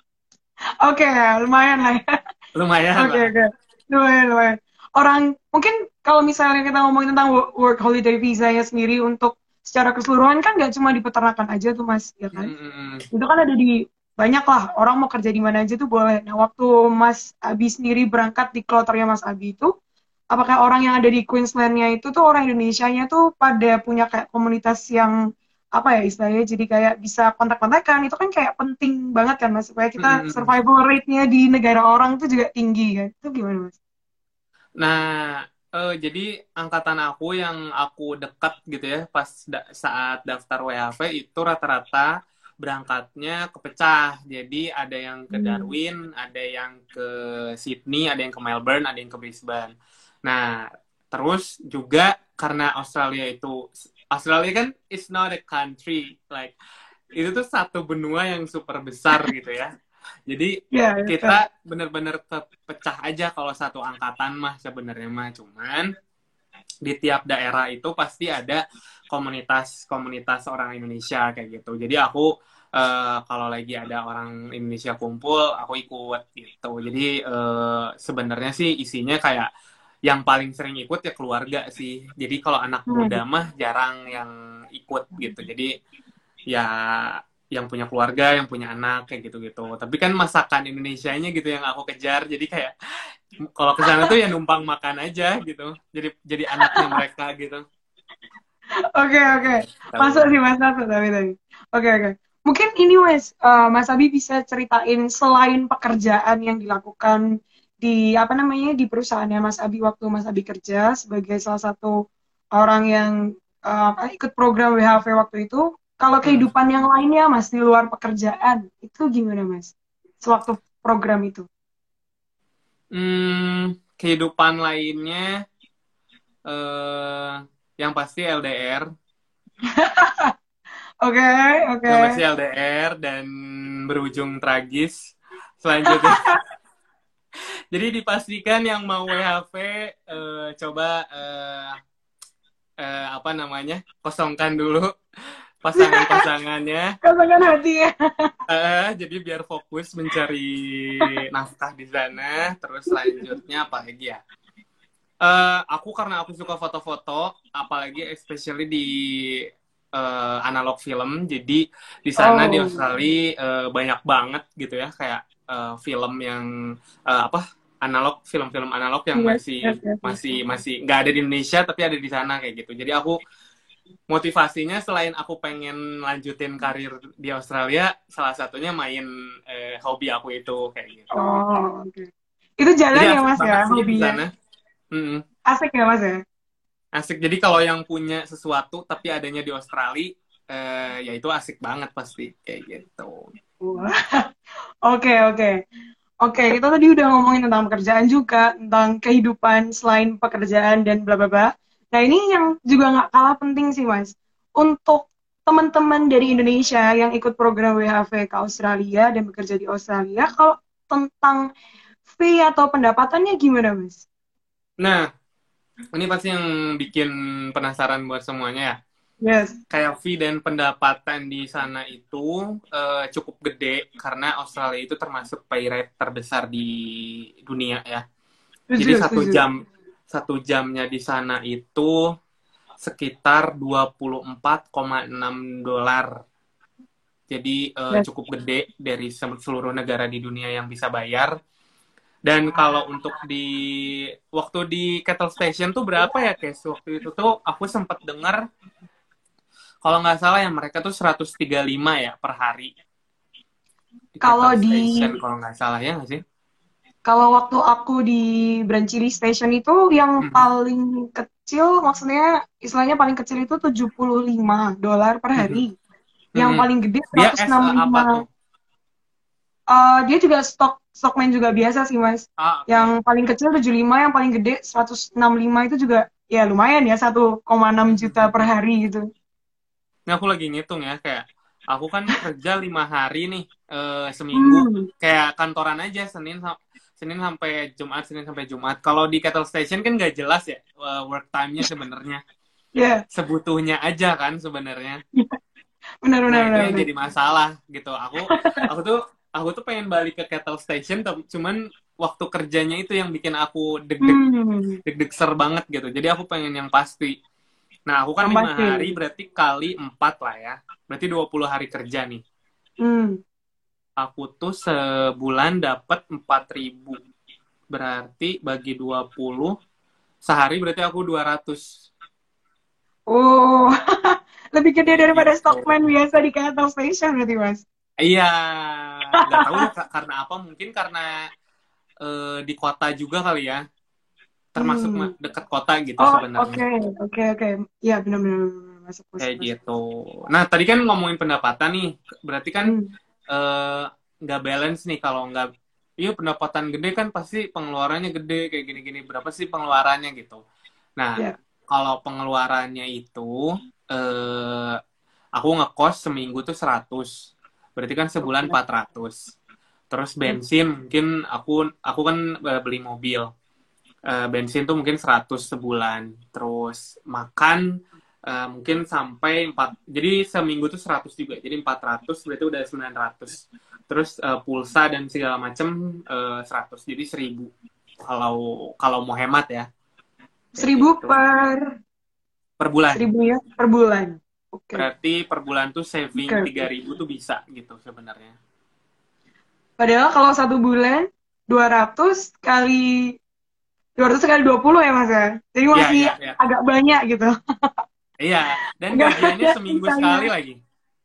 Oke, lumayan lah ya. Lumayan Oke, lah. oke. Lumayan, lumayan. Orang, mungkin kalau misalnya kita ngomongin tentang wo- work holiday visa-nya sendiri untuk secara keseluruhan kan nggak cuma di peternakan aja tuh, Mas, ya kan? Mm-mm. Itu kan ada di banyak lah, orang mau kerja di mana aja tuh boleh. Nah, waktu Mas Abi sendiri berangkat di kloternya Mas Abi itu, apakah orang yang ada di Queensland-nya itu tuh orang Indonesianya tuh pada punya kayak komunitas yang apa ya istilahnya jadi kayak bisa kontak-kontakan itu kan kayak penting banget kan Mas supaya kita Mm-mm. survival rate-nya di negara orang tuh juga tinggi kan. Itu gimana Mas? Nah, eh, jadi angkatan aku yang aku dekat gitu ya, pas da- saat daftar W H V itu rata-rata berangkatnya kepecah. Jadi ada yang ke Hmm. Darwin, ada yang ke Sydney, ada yang ke Melbourne, ada yang ke Brisbane. Nah, terus juga karena Australia itu, Australia kan is not a country, like itu tuh satu benua yang super besar gitu ya. Jadi Ya, ya, ya. kita bener-bener kepecah aja kalau satu angkatan mah sebenarnya mah cuman di tiap daerah itu pasti ada komunitas-komunitas orang Indonesia kayak gitu. Jadi aku eh, kalau lagi ada orang Indonesia kumpul, aku ikut gitu. Jadi eh, sebenarnya sih isinya kayak yang paling sering ikut ya keluarga sih. Jadi kalau anak Hmm. muda mah jarang yang ikut gitu. Jadi ya yang punya keluarga, yang punya anak kayak gitu-gitu. Tapi kan masakan Indonesianya gitu yang aku kejar. Jadi kayak kalau ke sana tuh ya numpang makan aja gitu. Jadi jadi anaknya mereka gitu. Oke, oke. Masuk Tahu. sih Mas, masuk tapi tadi. Oke, oke. Mungkin ini Mas, eh, Mas Abi bisa ceritain selain pekerjaan yang dilakukan di apa namanya di perusahaannya Mas Abi waktu Mas Abi kerja sebagai salah satu orang yang eh, apa, ikut program W H V waktu itu, kalau Hmm. kehidupan yang lainnya Mas di luar pekerjaan itu gimana Mas? Sewaktu program itu. Hmm, kehidupan lainnya eh yang pasti L D R, Oke, oke. yang pasti L D R dan berujung tragis. Selanjutnya, jadi dipastikan yang mau W H V eh, coba eh, eh, apa namanya kosongkan dulu pasangan-pasangannya. Katakan hati ya. Eh, jadi biar fokus mencari nafkah di sana. Terus selanjutnya apa lagi ya? Eh, aku karena aku suka foto-foto, apalagi especially di eh, analog film. Jadi di sana di Oh, Australia eh, banyak banget gitu ya, kayak eh, film yang eh, apa analog, film-film analog yang yes, yes, masih yes, yes. masih masih nggak ada di Indonesia tapi ada di sana kayak gitu. Jadi aku motivasinya selain aku pengen lanjutin karir di Australia, salah satunya main eh, hobi aku itu kayak gitu. Oh, oke. Itu Jadi jalan ya asik Mas ya banget sih di hobinya. sana. Mm-mm. Asik ya Mas ya. Asik. Jadi kalau yang punya sesuatu tapi adanya di Australia, eh, ya itu asik banget pasti kayak gitu. Wah. Oke, oke. Oke, kita tadi udah ngomongin tentang pekerjaan juga, tentang kehidupan selain pekerjaan dan bla bla bla. Nah, ini yang juga nggak kalah penting sih Mas. Untuk teman-teman dari Indonesia yang ikut program W H V ke Australia dan bekerja di Australia, kalau tentang fee atau pendapatannya gimana, Mas? Nah, ini pasti yang bikin penasaran buat semuanya ya. Yes. Kayak fee dan pendapatan di sana itu uh, cukup gede karena Australia itu termasuk pay rate terbesar di dunia ya. Setuju, Jadi satu setuju. jam satu jamnya di sana itu sekitar dua puluh empat koma enam dolar. Jadi uh, Yes. cukup gede dari seluruh negara di dunia yang bisa bayar. Dan kalau untuk di waktu di Kettle Station tuh berapa ya, Kes? Waktu itu tuh aku sempat dengar kalau nggak salah ya mereka tuh seratus tiga puluh lima ya per hari. Di Kalau Kettle di Station kalau nggak salah ya nggak sih? kalau waktu aku di Branchley Station itu yang Mhm. paling kecil, maksudnya istilahnya paling kecil itu tujuh puluh lima dolar per Mhm. hari. Yang Mhm. paling gede Dia seratus S enam A puluh lima. apa tuh? Uh, dia juga stok stockman juga biasa sih, Mas. Ah, oke. Yang paling kecil tujuh puluh lima, yang paling gede seratus enam puluh lima itu juga ya lumayan ya, satu koma enam juta per Mhm. hari gitu. Ini aku lagi ngitung ya, kayak aku kan kerja lima hari nih eh, seminggu, Hmm. kayak kantoran aja Senin sam- Senin sampai Jumat, Senin sampai Jumat. Kalau di Kettle Station kan nggak jelas ya eh, work time-nya sebenarnya. Ya, Sebutuhnya aja kan sebenarnya. benar benar Nah, itu benar yang benar. jadi masalah gitu. Aku aku tuh aku tuh pengen balik ke Kettle Station, tapi cuman waktu kerjanya itu yang bikin aku deg-deg Hmm. deg-deg ser banget gitu. Jadi aku pengen yang pasti. Nah, aku kan Yang lima pasti. hari berarti kali empat lah ya. Berarti dua puluh hari kerja nih. Hmm. Aku tuh sebulan dapat empat ribu. Berarti bagi dua puluh, sehari berarti aku dua ratus. Oh, lebih gede Kayak daripada gitu. stockman biasa di Kettle Station berarti, Mas. Iya, nggak tahu ya ka- karena apa. Mungkin karena eh, di kota juga kali ya. Termasuk Hmm. ma- dekat kota gitu Oh, sebenarnya. oke, oke, oke. Ya, benar-benar masuk, masuk, Kayak masuk. gitu. Nah, tadi kan ngomongin pendapatan nih. Berarti kan Hmm. eh, nggak balance nih kalau nggak. Iya, pendapatan gede kan pasti pengeluarannya gede kayak gini-gini. Berapa sih pengeluarannya gitu. Nah, Ya, kalau pengeluarannya itu eh, aku ngekos seminggu tuh seratus. Berarti kan sebulan oke. empat ratus. Terus bensin mungkin aku aku kan eh, beli mobil. Eh, bensin tuh mungkin seratus sebulan. Terus makan eh, mungkin sampai empat. Jadi seminggu tuh seratus juga. Jadi empat ratus berarti udah sembilan ratus. Terus eh, pulsa dan segala macam eh, seratus. Jadi seribu. Kalau kalau mau hemat ya. Kayak Seribu gitu. per Per bulan. seribu ya per bulan. Oke. Berarti per bulan tuh saving Oke, tiga oke. ribu tuh bisa gitu sebenarnya. Padahal kalau satu bulan dua ratus kali dua ratus kali dua puluh ya, Mas ya. Jadi Iya, masih iya, iya. agak banyak gitu. Iya, dan Agak gajiannya banyak seminggu sekali sisanya. lagi.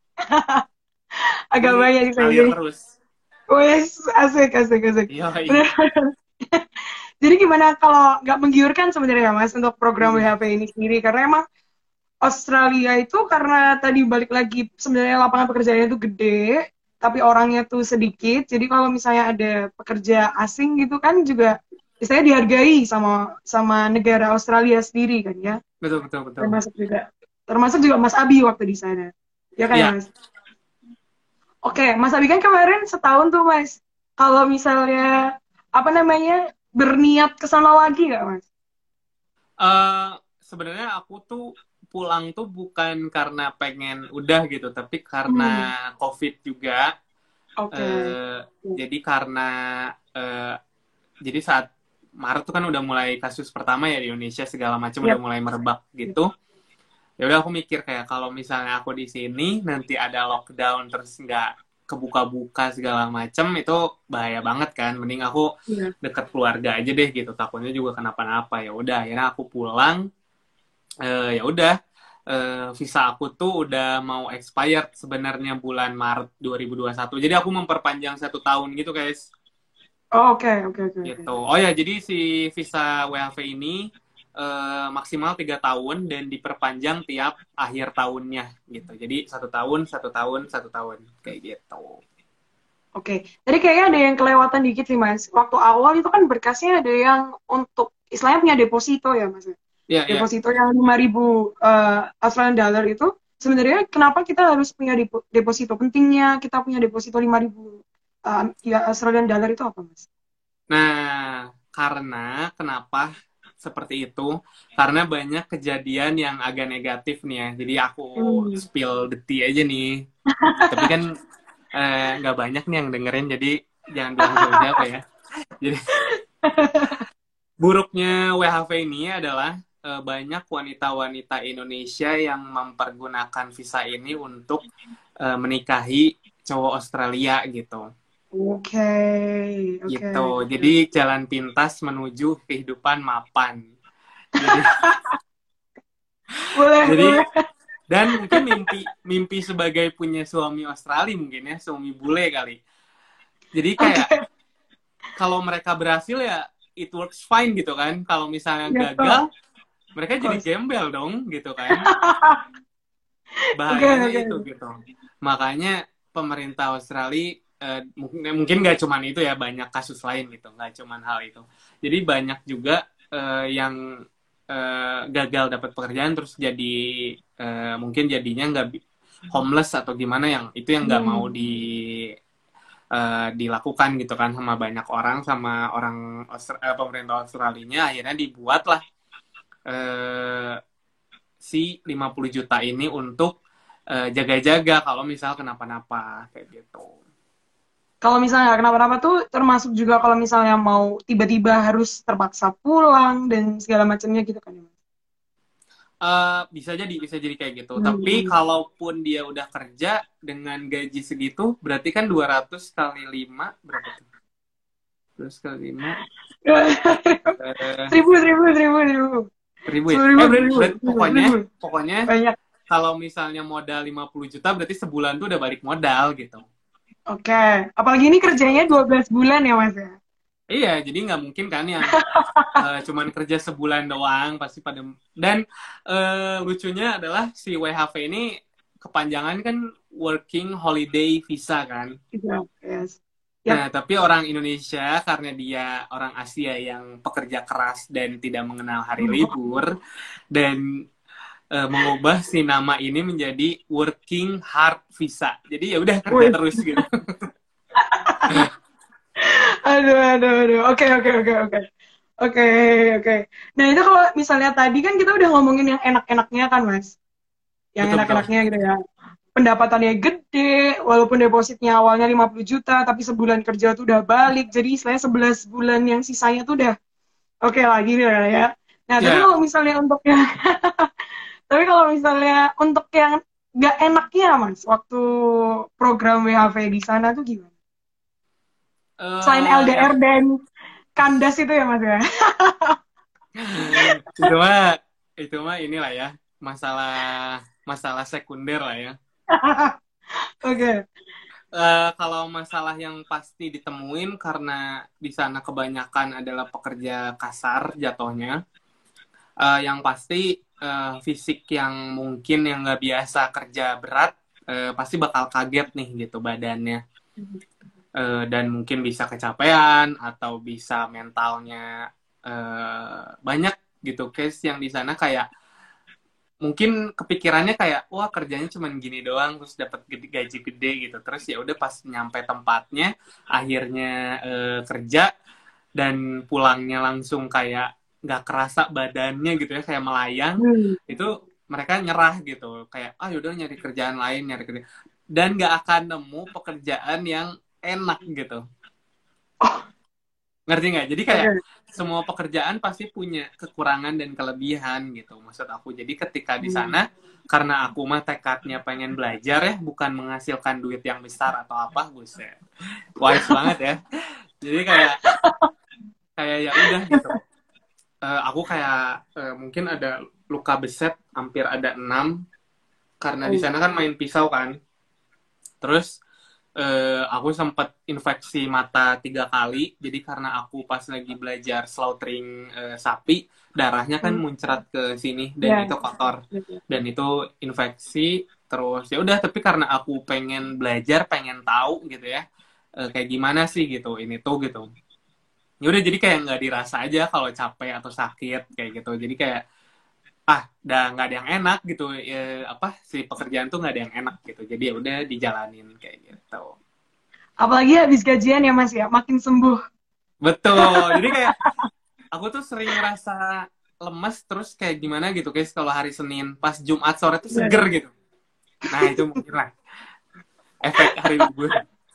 Agak Jadi banyak sisanya. ngalir terus. Wes, asik, asik, asik. Iya, Bener. Jadi gimana kalau nggak menggiurkan sebenarnya, Mas, untuk program Hmm. W H P ini sendiri? Karena emang Australia itu karena tadi balik lagi sebenarnya lapangan pekerjaannya itu gede, tapi orangnya tuh sedikit. Jadi kalau misalnya ada pekerja asing gitu kan juga istilahnya dihargai sama sama negara Australia sendiri kan ya. Betul, betul, betul. Termasuk juga termasuk juga Mas Abi waktu di sana. Ya kan ya, Iya. Mas? Oke, Mas Abi kan kemarin setahun tuh, Mas. Kalau misalnya apa namanya berniat ke sana lagi nggak, Mas? Eh, sebenarnya aku tuh pulang tuh bukan karena pengen udah gitu, tapi karena Hmm, COVID juga. oke. Eh, jadi karena eh, jadi saat Maret tuh kan udah mulai kasus pertama ya di Indonesia segala macam udah Yap. mulai merebak gitu. Ya udah aku mikir kayak kalau misalnya aku di sini nanti ada lockdown terus nggak kebuka-buka segala macam itu bahaya banget kan. Mending aku Iya. deket keluarga aja deh gitu. Takutnya juga kenapa-napa. Ya udah akhirnya aku pulang. Eh, ya udah eh, visa aku tuh udah mau expired sebenarnya bulan Maret dua ribu dua puluh satu. Jadi aku memperpanjang satu tahun gitu guys. Oh, oke, oke, oke, oke. Gitu. Oh ya, jadi si visa W H V ini eh, maksimal tiga tahun dan diperpanjang tiap akhir tahunnya gitu. Jadi satu tahun, satu tahun, satu tahun kayak gitu. Oke, tadi kayaknya ada yang kelewatan dikit sih, Mas. Waktu awal itu kan berkasnya ada yang untuk istilahnya punya deposito ya, Mas. Iya, iya. Deposito yang lima ribu uh, Australian dollar itu sebenarnya kenapa kita harus punya depo, deposito? Pentingnya kita punya deposito lima ribu uh, ya Australian dollar itu apa, Mas? Nah, karena kenapa seperti itu? Karena banyak kejadian yang agak negatif nih ya. Jadi aku Hmm. spill the tea aja nih. Tapi kan nggak eh, banyak nih yang dengerin, jadi jangan bilang siapa ya. Jadi buruknya W H V ini adalah eh, banyak wanita-wanita Indonesia yang mempergunakan visa ini untuk eh, menikahi cowok Australia gitu. Oke, oke, Gitu. oke. Jadi jalan pintas menuju kehidupan mapan. Jadi Boleh, jadi boleh. dan mungkin mimpi mimpi sebagai punya suami Australia mungkin ya, suami bule kali. Jadi kayak Oke, kalau mereka berhasil ya it works fine gitu kan. Kalau misalnya ya, gagal, mereka of jadi course. gembel dong gitu kan. Oke, Bahayanya oke. itu gitu. Makanya pemerintah Australia eh, mungkin mungkin nggak cuman itu ya, banyak kasus lain gitu, nggak cuman hal itu. Jadi banyak juga eh, yang eh, gagal dapat pekerjaan terus jadi eh, mungkin jadinya nggak bi- homeless atau gimana, yang itu yang nggak mau Hmm. di eh, dilakukan gitu kan sama banyak orang, sama orang Austra- eh, pemerintah Australinya akhirnya dibuatlah eh, si lima puluh juta ini untuk eh, jaga-jaga kalau misal kenapa-napa kayak gitu. Kalau misalnya kenapa-napa tuh termasuk juga kalau misalnya mau tiba-tiba harus terpaksa pulang dan segala macamnya gitu kan ya, Mas? Eh, bisa jadi bisa jadi kayak gitu. Tapi Hmm. kalaupun dia udah kerja dengan gaji segitu, berarti kan dua ratus kali lima berapa tuh? dua ratus kali lima eh, Seribu, seribu, seribu, seribu. ribu ya? Sepuluh ribu, Eh sepuluh berarti, ribu, berarti seribu, pokoknya seribu. pokoknya Banyak. kalau misalnya modal lima puluh juta berarti sebulan tuh udah balik modal gitu. Oke. Apalagi ini kerjanya dua belas bulan ya, Mas ya? Iya, jadi nggak mungkin kan yang uh, cuman kerja sebulan doang pasti pada. Dan uh, lucunya adalah si W H V ini kepanjangan kan Working Holiday Visa kan. Iya, yes. Yap. Nah, tapi orang Indonesia karena dia orang Asia yang pekerja keras dan tidak mengenal hari libur dan uh, mengubah si nama ini menjadi Working Hard Visa. Jadi ya udah kerja Wih. terus gitu. Aduh, aduh, aduh. Oke, oke, oke, oke. Oke, oke. Nah, itu kalau misalnya tadi kan kita udah ngomongin yang enak-enaknya kan, Mas? Yang Betul betul. enak-enaknya gitu ya. Pendapatannya gede, walaupun depositnya awalnya lima puluh juta, tapi sebulan kerja tuh udah balik. Jadi istilahnya sebelas bulan yang sisanya tuh udah oke okay lagi nih ya. Nah, tapi Ya, kalau misalnya untuk yang tapi kalau misalnya untuk yang nggak enaknya, Mas, waktu program W H V di sana tuh gimana? Selain uh, yang L D R dan kandas itu ya, Mas ya? itu mah itu mah inilah ya, masalah masalah sekunder lah ya. Oke. Eh, kalau masalah yang pasti ditemuin karena di sana kebanyakan adalah pekerja kasar jatuhnya. Eh, yang pasti eh, fisik yang mungkin yang nggak biasa kerja berat eh, pasti bakal kaget nih gitu badannya. Eh, dan mungkin bisa kecapean atau bisa mentalnya eh, banyak gitu case yang di sana kayak mungkin kepikirannya kayak wah kerjanya cuma gini doang terus dapat gaji gede gitu, terus ya udah pas nyampe tempatnya akhirnya eh, kerja dan pulangnya langsung kayak nggak kerasa badannya gitu ya, kayak melayang. Hmm. Itu mereka nyerah gitu kayak ah yaudah nyari kerjaan lain, nyari kerja, dan nggak akan nemu pekerjaan yang enak gitu. Oh, Ngerti nggak? Jadi kayak oke. semua pekerjaan pasti punya kekurangan dan kelebihan gitu maksud aku. Jadi ketika di Hmm. sana karena aku mah tekadnya pengen belajar ya, bukan menghasilkan duit yang besar atau apa, buset. Wise banget ya. Jadi kayak kayak ya udah gitu. Eh, aku kayak eh, mungkin ada luka beset hampir ada enam karena di Oh. sana kan main pisau kan. Terus eh, aku sempat infeksi mata tiga kali. Jadi karena aku pas lagi belajar slaughtering eh, sapi, darahnya kan Hmm. muncrat ke sini dan Ya. itu kotor Ya. dan itu infeksi. Terus ya udah, tapi karena aku pengen belajar, pengen tahu gitu ya, eh, kayak gimana sih gitu ini tuh gitu. Ya udah jadi kayak nggak dirasa aja kalau capek atau sakit kayak gitu. Jadi kayak ah udah nggak ada yang enak gitu ya, apa si pekerjaan tuh nggak ada yang enak gitu, jadi ya udah dijalanin kayak gitu. Apalagi habis gajian ya Mas ya, makin sembuh. Betul, jadi kayak aku tuh sering ngerasa lemes terus kayak gimana gitu guys kalau hari Senin, pas Jumat sore tuh seger gitu. Nah itu mungkin lah efek hari libur.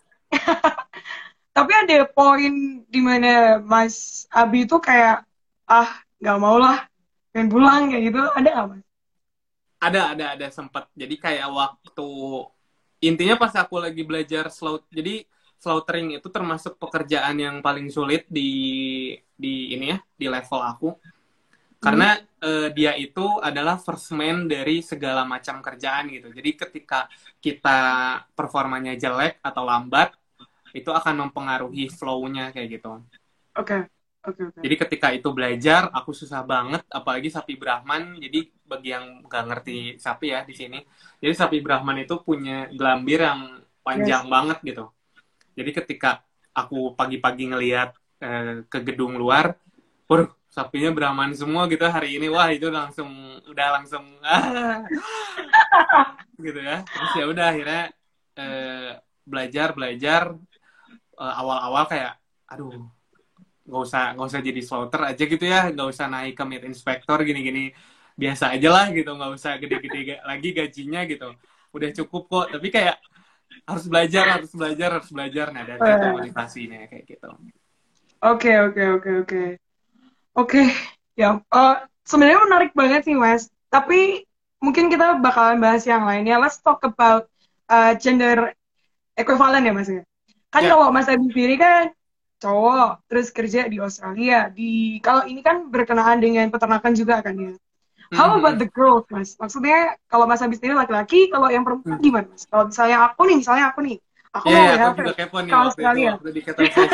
Tapi ada poin di mana Mas Abi itu kayak ah nggak mau lah pengen pulang kayak gitu, ada nggak Mas? Ada ada ada sempat, jadi kayak waktu intinya pas aku lagi belajar slow, jadi slaughtering itu termasuk pekerjaan yang paling sulit di di ini ya, di level aku. Karena hmm. uh, dia itu adalah first man dari segala macam kerjaan gitu. Jadi ketika kita performanya jelek atau lambat, itu akan mempengaruhi flow-nya kayak gitu. Oke. Okay. Okay, okay. Jadi ketika itu belajar, aku susah banget, apalagi sapi Brahman. Jadi bagi yang nggak ngerti sapi ya di sini, jadi sapi Brahman itu punya gelambir yang panjang yes. banget gitu. Jadi ketika aku pagi-pagi ngelihat eh, ke gedung luar, waduh, sapinya Brahman semua gitu hari ini, wah itu langsung udah langsung ah, gitu ya. Terus ya udah akhirnya eh, belajar belajar eh, awal-awal kayak, aduh nggak usah nggak usah jadi slaughter aja gitu ya, nggak usah naik ke meat inspector gini-gini, biasa aja lah gitu, nggak usah gede-gede lagi gajinya gitu, udah cukup kok. Tapi kayak harus belajar harus belajar harus belajar nah dari situ motivasinya kayak gitu. Oke oke oke oke oke ya, uh, sebenarnya menarik banget sih Mas, tapi mungkin kita bakalan bahas yang lainnya. Let's talk about uh, gender equivalent ya Mas ya. Kan yeah. Kalau Mas Abi sendiri kan cowok, terus kerja di Australia. Di kalau ini kan berkenaan dengan peternakan juga kan ya. How about the girls, Mas? Maksudnya kalau Mas Abi sendiri laki-laki, kalau yang perempuan gimana, Mas? Kalau misalnya aku nih, misalnya aku nih, aku yeah, mau yeah, W H V ke Australia. Itu, di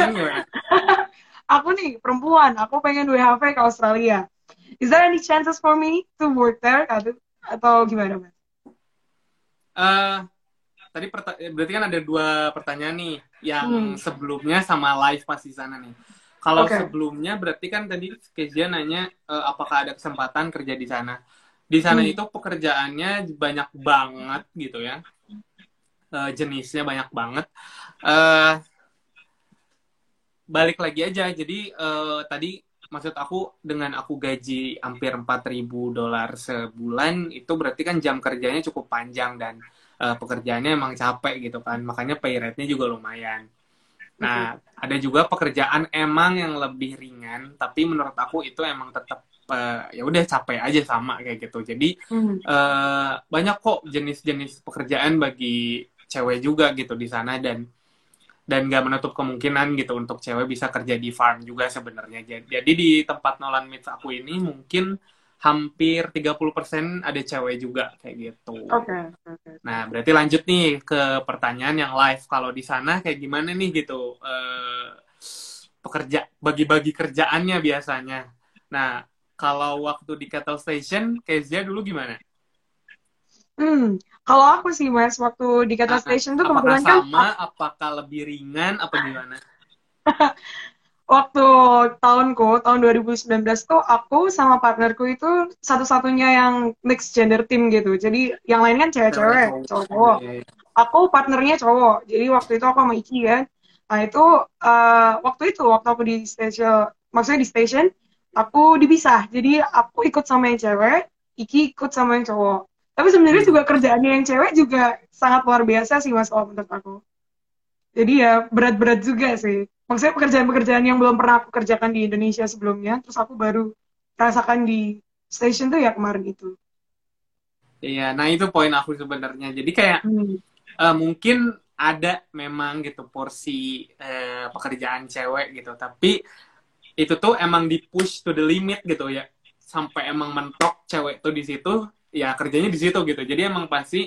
aku nih perempuan, aku pengen W H V ke Australia. Is there any chances for me to work there atau, atau gimana, Mas? Uh, Tadi berarti kan ada dua pertanyaan nih, yang hmm. sebelumnya sama live pas di sana nih. Kalau okay. sebelumnya berarti kan tadi Kezia nanya uh, apakah ada kesempatan kerja di sana. Di sana hmm. itu pekerjaannya banyak banget gitu ya, uh, jenisnya banyak banget. Uh, balik lagi aja, jadi uh, tadi maksud aku dengan aku gaji hampir empat ribu dolar sebulan, itu berarti kan jam kerjanya cukup panjang dan Uh, pekerjaannya emang capek gitu kan, makanya pay rate-nya juga lumayan. Nah, okay. ada juga pekerjaan emang yang lebih ringan, tapi menurut aku itu emang tetap uh, ya udah capek aja sama kayak gitu. Jadi mm. uh, banyak kok jenis-jenis pekerjaan bagi cewek juga gitu di sana, dan dan nggak menutup kemungkinan gitu untuk cewek bisa kerja di farm juga sebenarnya. Jadi, jadi di tempat Nolan Meats aku ini mungkin hampir tiga puluh persen ada cewek juga kayak gitu. Oke. Okay, okay. Nah, berarti lanjut nih ke pertanyaan yang live. Kalau di sana kayak gimana nih gitu? Eh, pekerja, bagi-bagi kerjaannya biasanya. Nah, kalau waktu di Cattle Station, Kezia dulu gimana? Hmm, kalau aku sih Mas, waktu di Cattle Station tuh kebetulan kan. Apakah sama? Apakah lebih ringan? Apa gimana? Waktu tahunku, tahun dua ribu sembilan belas tuh aku sama partnerku itu satu-satunya yang mixed gender team gitu. Jadi yang lain kan cewek-cewek, cowok-cowok. Aku partnernya cowok. Jadi waktu itu aku sama Iki kan. Nah itu uh, waktu itu waktu aku di station, maksudnya di station, aku dipisah. Jadi aku ikut sama yang cewek, Iki ikut sama yang cowok. Tapi sebenarnya juga kerjaannya yang cewek juga sangat luar biasa sih Mas, kalau menurut aku. Jadi ya berat-berat juga sih. Maksudnya pekerjaan-pekerjaan yang belum pernah aku kerjakan di Indonesia sebelumnya, terus aku baru rasakan di station tuh ya kemarin itu. Iya, nah itu poin aku sebenarnya. Jadi kayak hmm. uh, mungkin ada memang gitu porsi uh, pekerjaan cewek gitu, tapi itu tuh emang di push to the limit gitu ya, sampai emang mentok cewek tuh di situ, ya kerjanya di situ gitu. Jadi emang pasti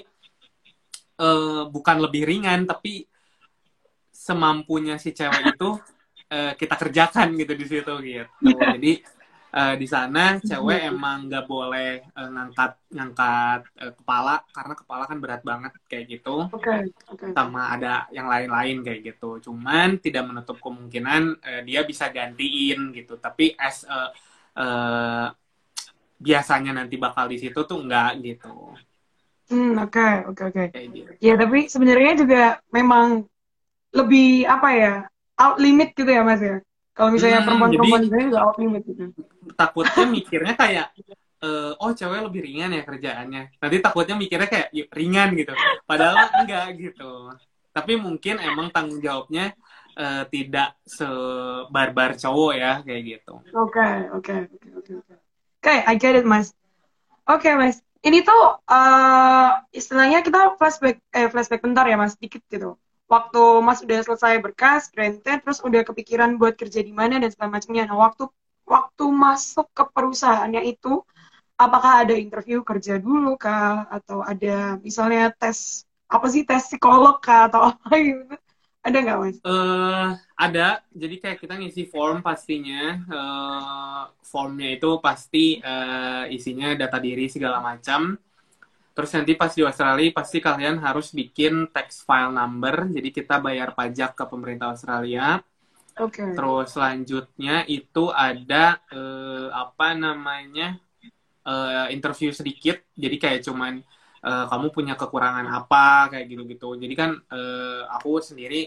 uh, bukan lebih ringan, tapi semampunya si cewek itu uh, kita kerjakan gitu di situ gitu. Jadi uh, di sana cewek emang nggak boleh uh, ngangkat ngangkat uh, kepala, karena kepala kan berat banget kayak gitu. Okay, okay. Sama ada yang lain-lain kayak gitu. Cuman tidak menutup kemungkinan uh, dia bisa gantiin gitu. Tapi as uh, uh, biasanya nanti bakal di situ tuh enggak gitu. Hmm, oke, oke, oke. Kayak gitu. Ya, tapi sebenarnya juga memang lebih apa ya, out limit gitu ya Mas ya. Kalau misalnya Hmm, jadi perempuan-perempuan itu juga out limit gitu. takutnya mikirnya kayak eh, oh cewek lebih ringan ya kerjaannya. Nanti takutnya mikirnya kayak "Yuk, ringan gitu. Padahal mah enggak gitu. Tapi mungkin emang tanggung jawabnya eh, tidak sebarbar cowok ya kayak gitu. Oke, oke, oke, oke, oke. Oke, I get it Mas. Oke Mas, ini tuh eh, istilahnya kita flashback, eh flashback bentar ya Mas, dikit gitu. Waktu Mas udah selesai berkas, granted, terus udah kepikiran buat kerja di mana dan segala macamnya. Nah, waktu waktu masuk ke perusahaannya itu, apakah ada interview kerja dulu kah? Atau ada misalnya tes, apa sih, tes psikolog kah? Atau apa gitu? Ada nggak Mas? eh ada, jadi kayak kita ngisi form pastinya. Eh formnya itu pasti eh, isinya data diri segala macam. Terus nanti pas di Australia pasti kalian harus bikin tax file number, jadi kita bayar pajak ke pemerintah Australia. Oke. Terus selanjutnya itu ada eh, apa namanya eh, interview sedikit, jadi kayak cuman eh, kamu punya kekurangan apa kayak gitu-gitu. Jadi kan eh, aku sendiri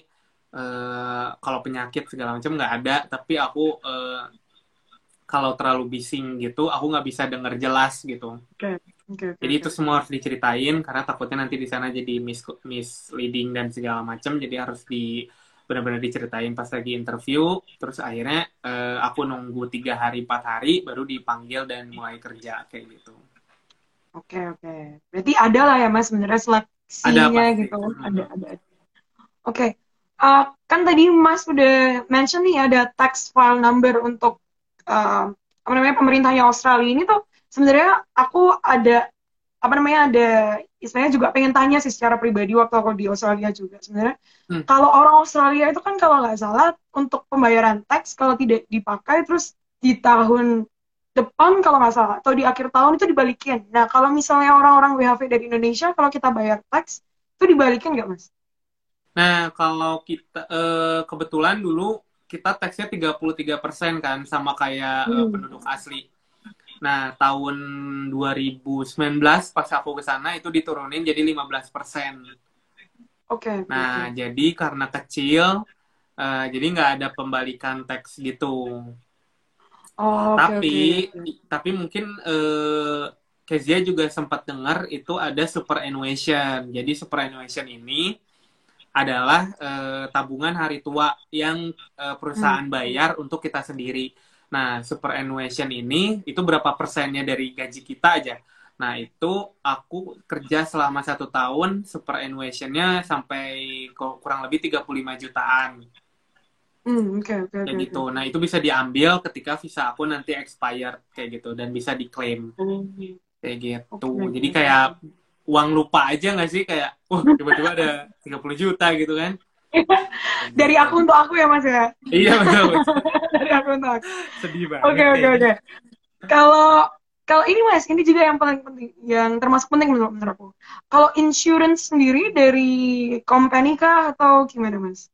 eh, kalau penyakit segala macam nggak ada, tapi aku eh, kalau terlalu bising gitu aku nggak bisa dengar jelas gitu. Oke, oke, oke, Jadi oke. itu semua harus diceritain karena takutnya nanti di sana jadi mis misleading dan segala macam. Jadi harus di benar-benar diceritain pas lagi interview. Terus akhirnya eh, aku nunggu tiga hari empat hari baru dipanggil dan mulai kerja kayak gitu. Oke, oke. Berarti ada lah ya Mas sebenarnya Ada seleksinya pasti. gitu. Ada, Hmm. ada. Oke. Uh, kan tadi Mas udah mention nih ada tax file number untuk uh, apa namanya pemerintahnya Australia ini tuh sebenarnya aku ada apa namanya ada istilahnya juga pengen tanya sih secara pribadi waktu aku di Australia juga sebenarnya Hmm. kalau orang Australia itu kan kalau nggak salah untuk pembayaran tax kalau tidak dipakai terus di tahun depan kalau nggak salah atau di akhir tahun itu dibalikin. Nah kalau misalnya orang-orang W H V dari Indonesia kalau kita bayar tax itu dibalikin nggak Mas? Nah, kalau kita eh, kebetulan dulu kita taxnya tiga puluh tiga persen kan sama kayak eh, Hmm. penduduk asli. Nah, tahun dua ribu sembilan belas pas aku ke sana itu diturunin jadi lima belas persen. Oke, oke, Nah, oke. jadi karena kecil, eh, jadi nggak ada pembalikan teks gitu. Oh, oke, Tapi, oke. tapi mungkin eh, Kezia juga sempat dengar itu ada superannuation. Jadi superannuation ini adalah eh, tabungan hari tua yang eh, Hmm. perusahaan bayar untuk kita sendiri. Nah, superannuation ini itu berapa persennya dari gaji kita aja. Nah, itu aku kerja selama satu tahun, superannuation-nya sampai kurang lebih tiga puluh lima jutaan. Hmm, oke, oke, Kayak oke, gitu. oke. Nah, itu bisa diambil ketika visa aku nanti expired kayak gitu dan bisa diklaim Hmm, kayak gitu. oke, oke, Jadi oke. kayak uang lupa aja nggak sih kayak wah tiba-tiba ada tiga puluh juta gitu kan. Kayak Dari gitu. aku untuk aku ya, Mas ya. Iya betul, betul. Dari aku untuk aku. Sedih Oke, banget oke, kayaknya. oke. Kalau kalau ini Mas, ini juga yang paling penting, yang termasuk penting menurut, menurut aku. Kalau insurance sendiri dari company kah atau gimana, Mas?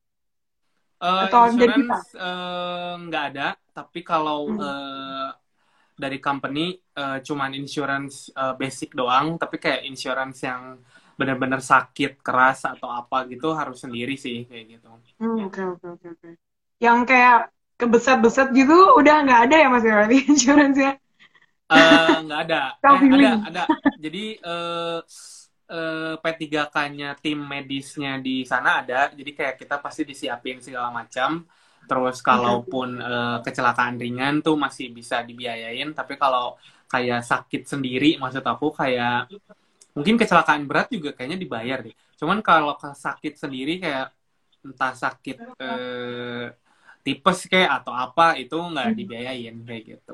Eh, Atau dari kita? insurance eh, nggak ada, tapi kalau Hmm. eh, dari company eh, cuman insurance eh, basic doang, tapi kayak insurance yang benar-benar sakit keras atau apa gitu harus sendiri sih kayak gitu. Hmm, oke, oke, oke, oke. Yang kayak kebeset-beset gitu udah nggak ada ya Mas ya berarti insurance-nya? Eh, nggak ada, Self eh ada healing. ada. Jadi eh, eh, P tiga K-nya tim medisnya di sana ada, jadi kayak kita pasti disiapin segala macam. Terus Oke, oke. kalaupun eh, kecelakaan ringan tuh masih bisa dibiayain, tapi kalau kayak sakit sendiri, maksud aku kayak mungkin kecelakaan berat juga kayaknya dibayar deh. Cuman kalau ke sakit sendiri kayak entah sakit eh, tipes kayak atau apa itu nggak Hmm. dibiayain kayak gitu.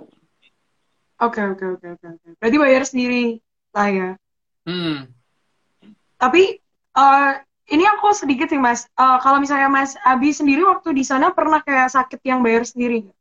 Oke, oke, oke, oke, oke. Berarti bayar sendiri lah ya. Hmm, Tapi eh, ini aku sedikit sih Mas. Eh, kalau misalnya Mas Abi sendiri waktu di sana pernah kayak sakit yang bayar sendiri nggak?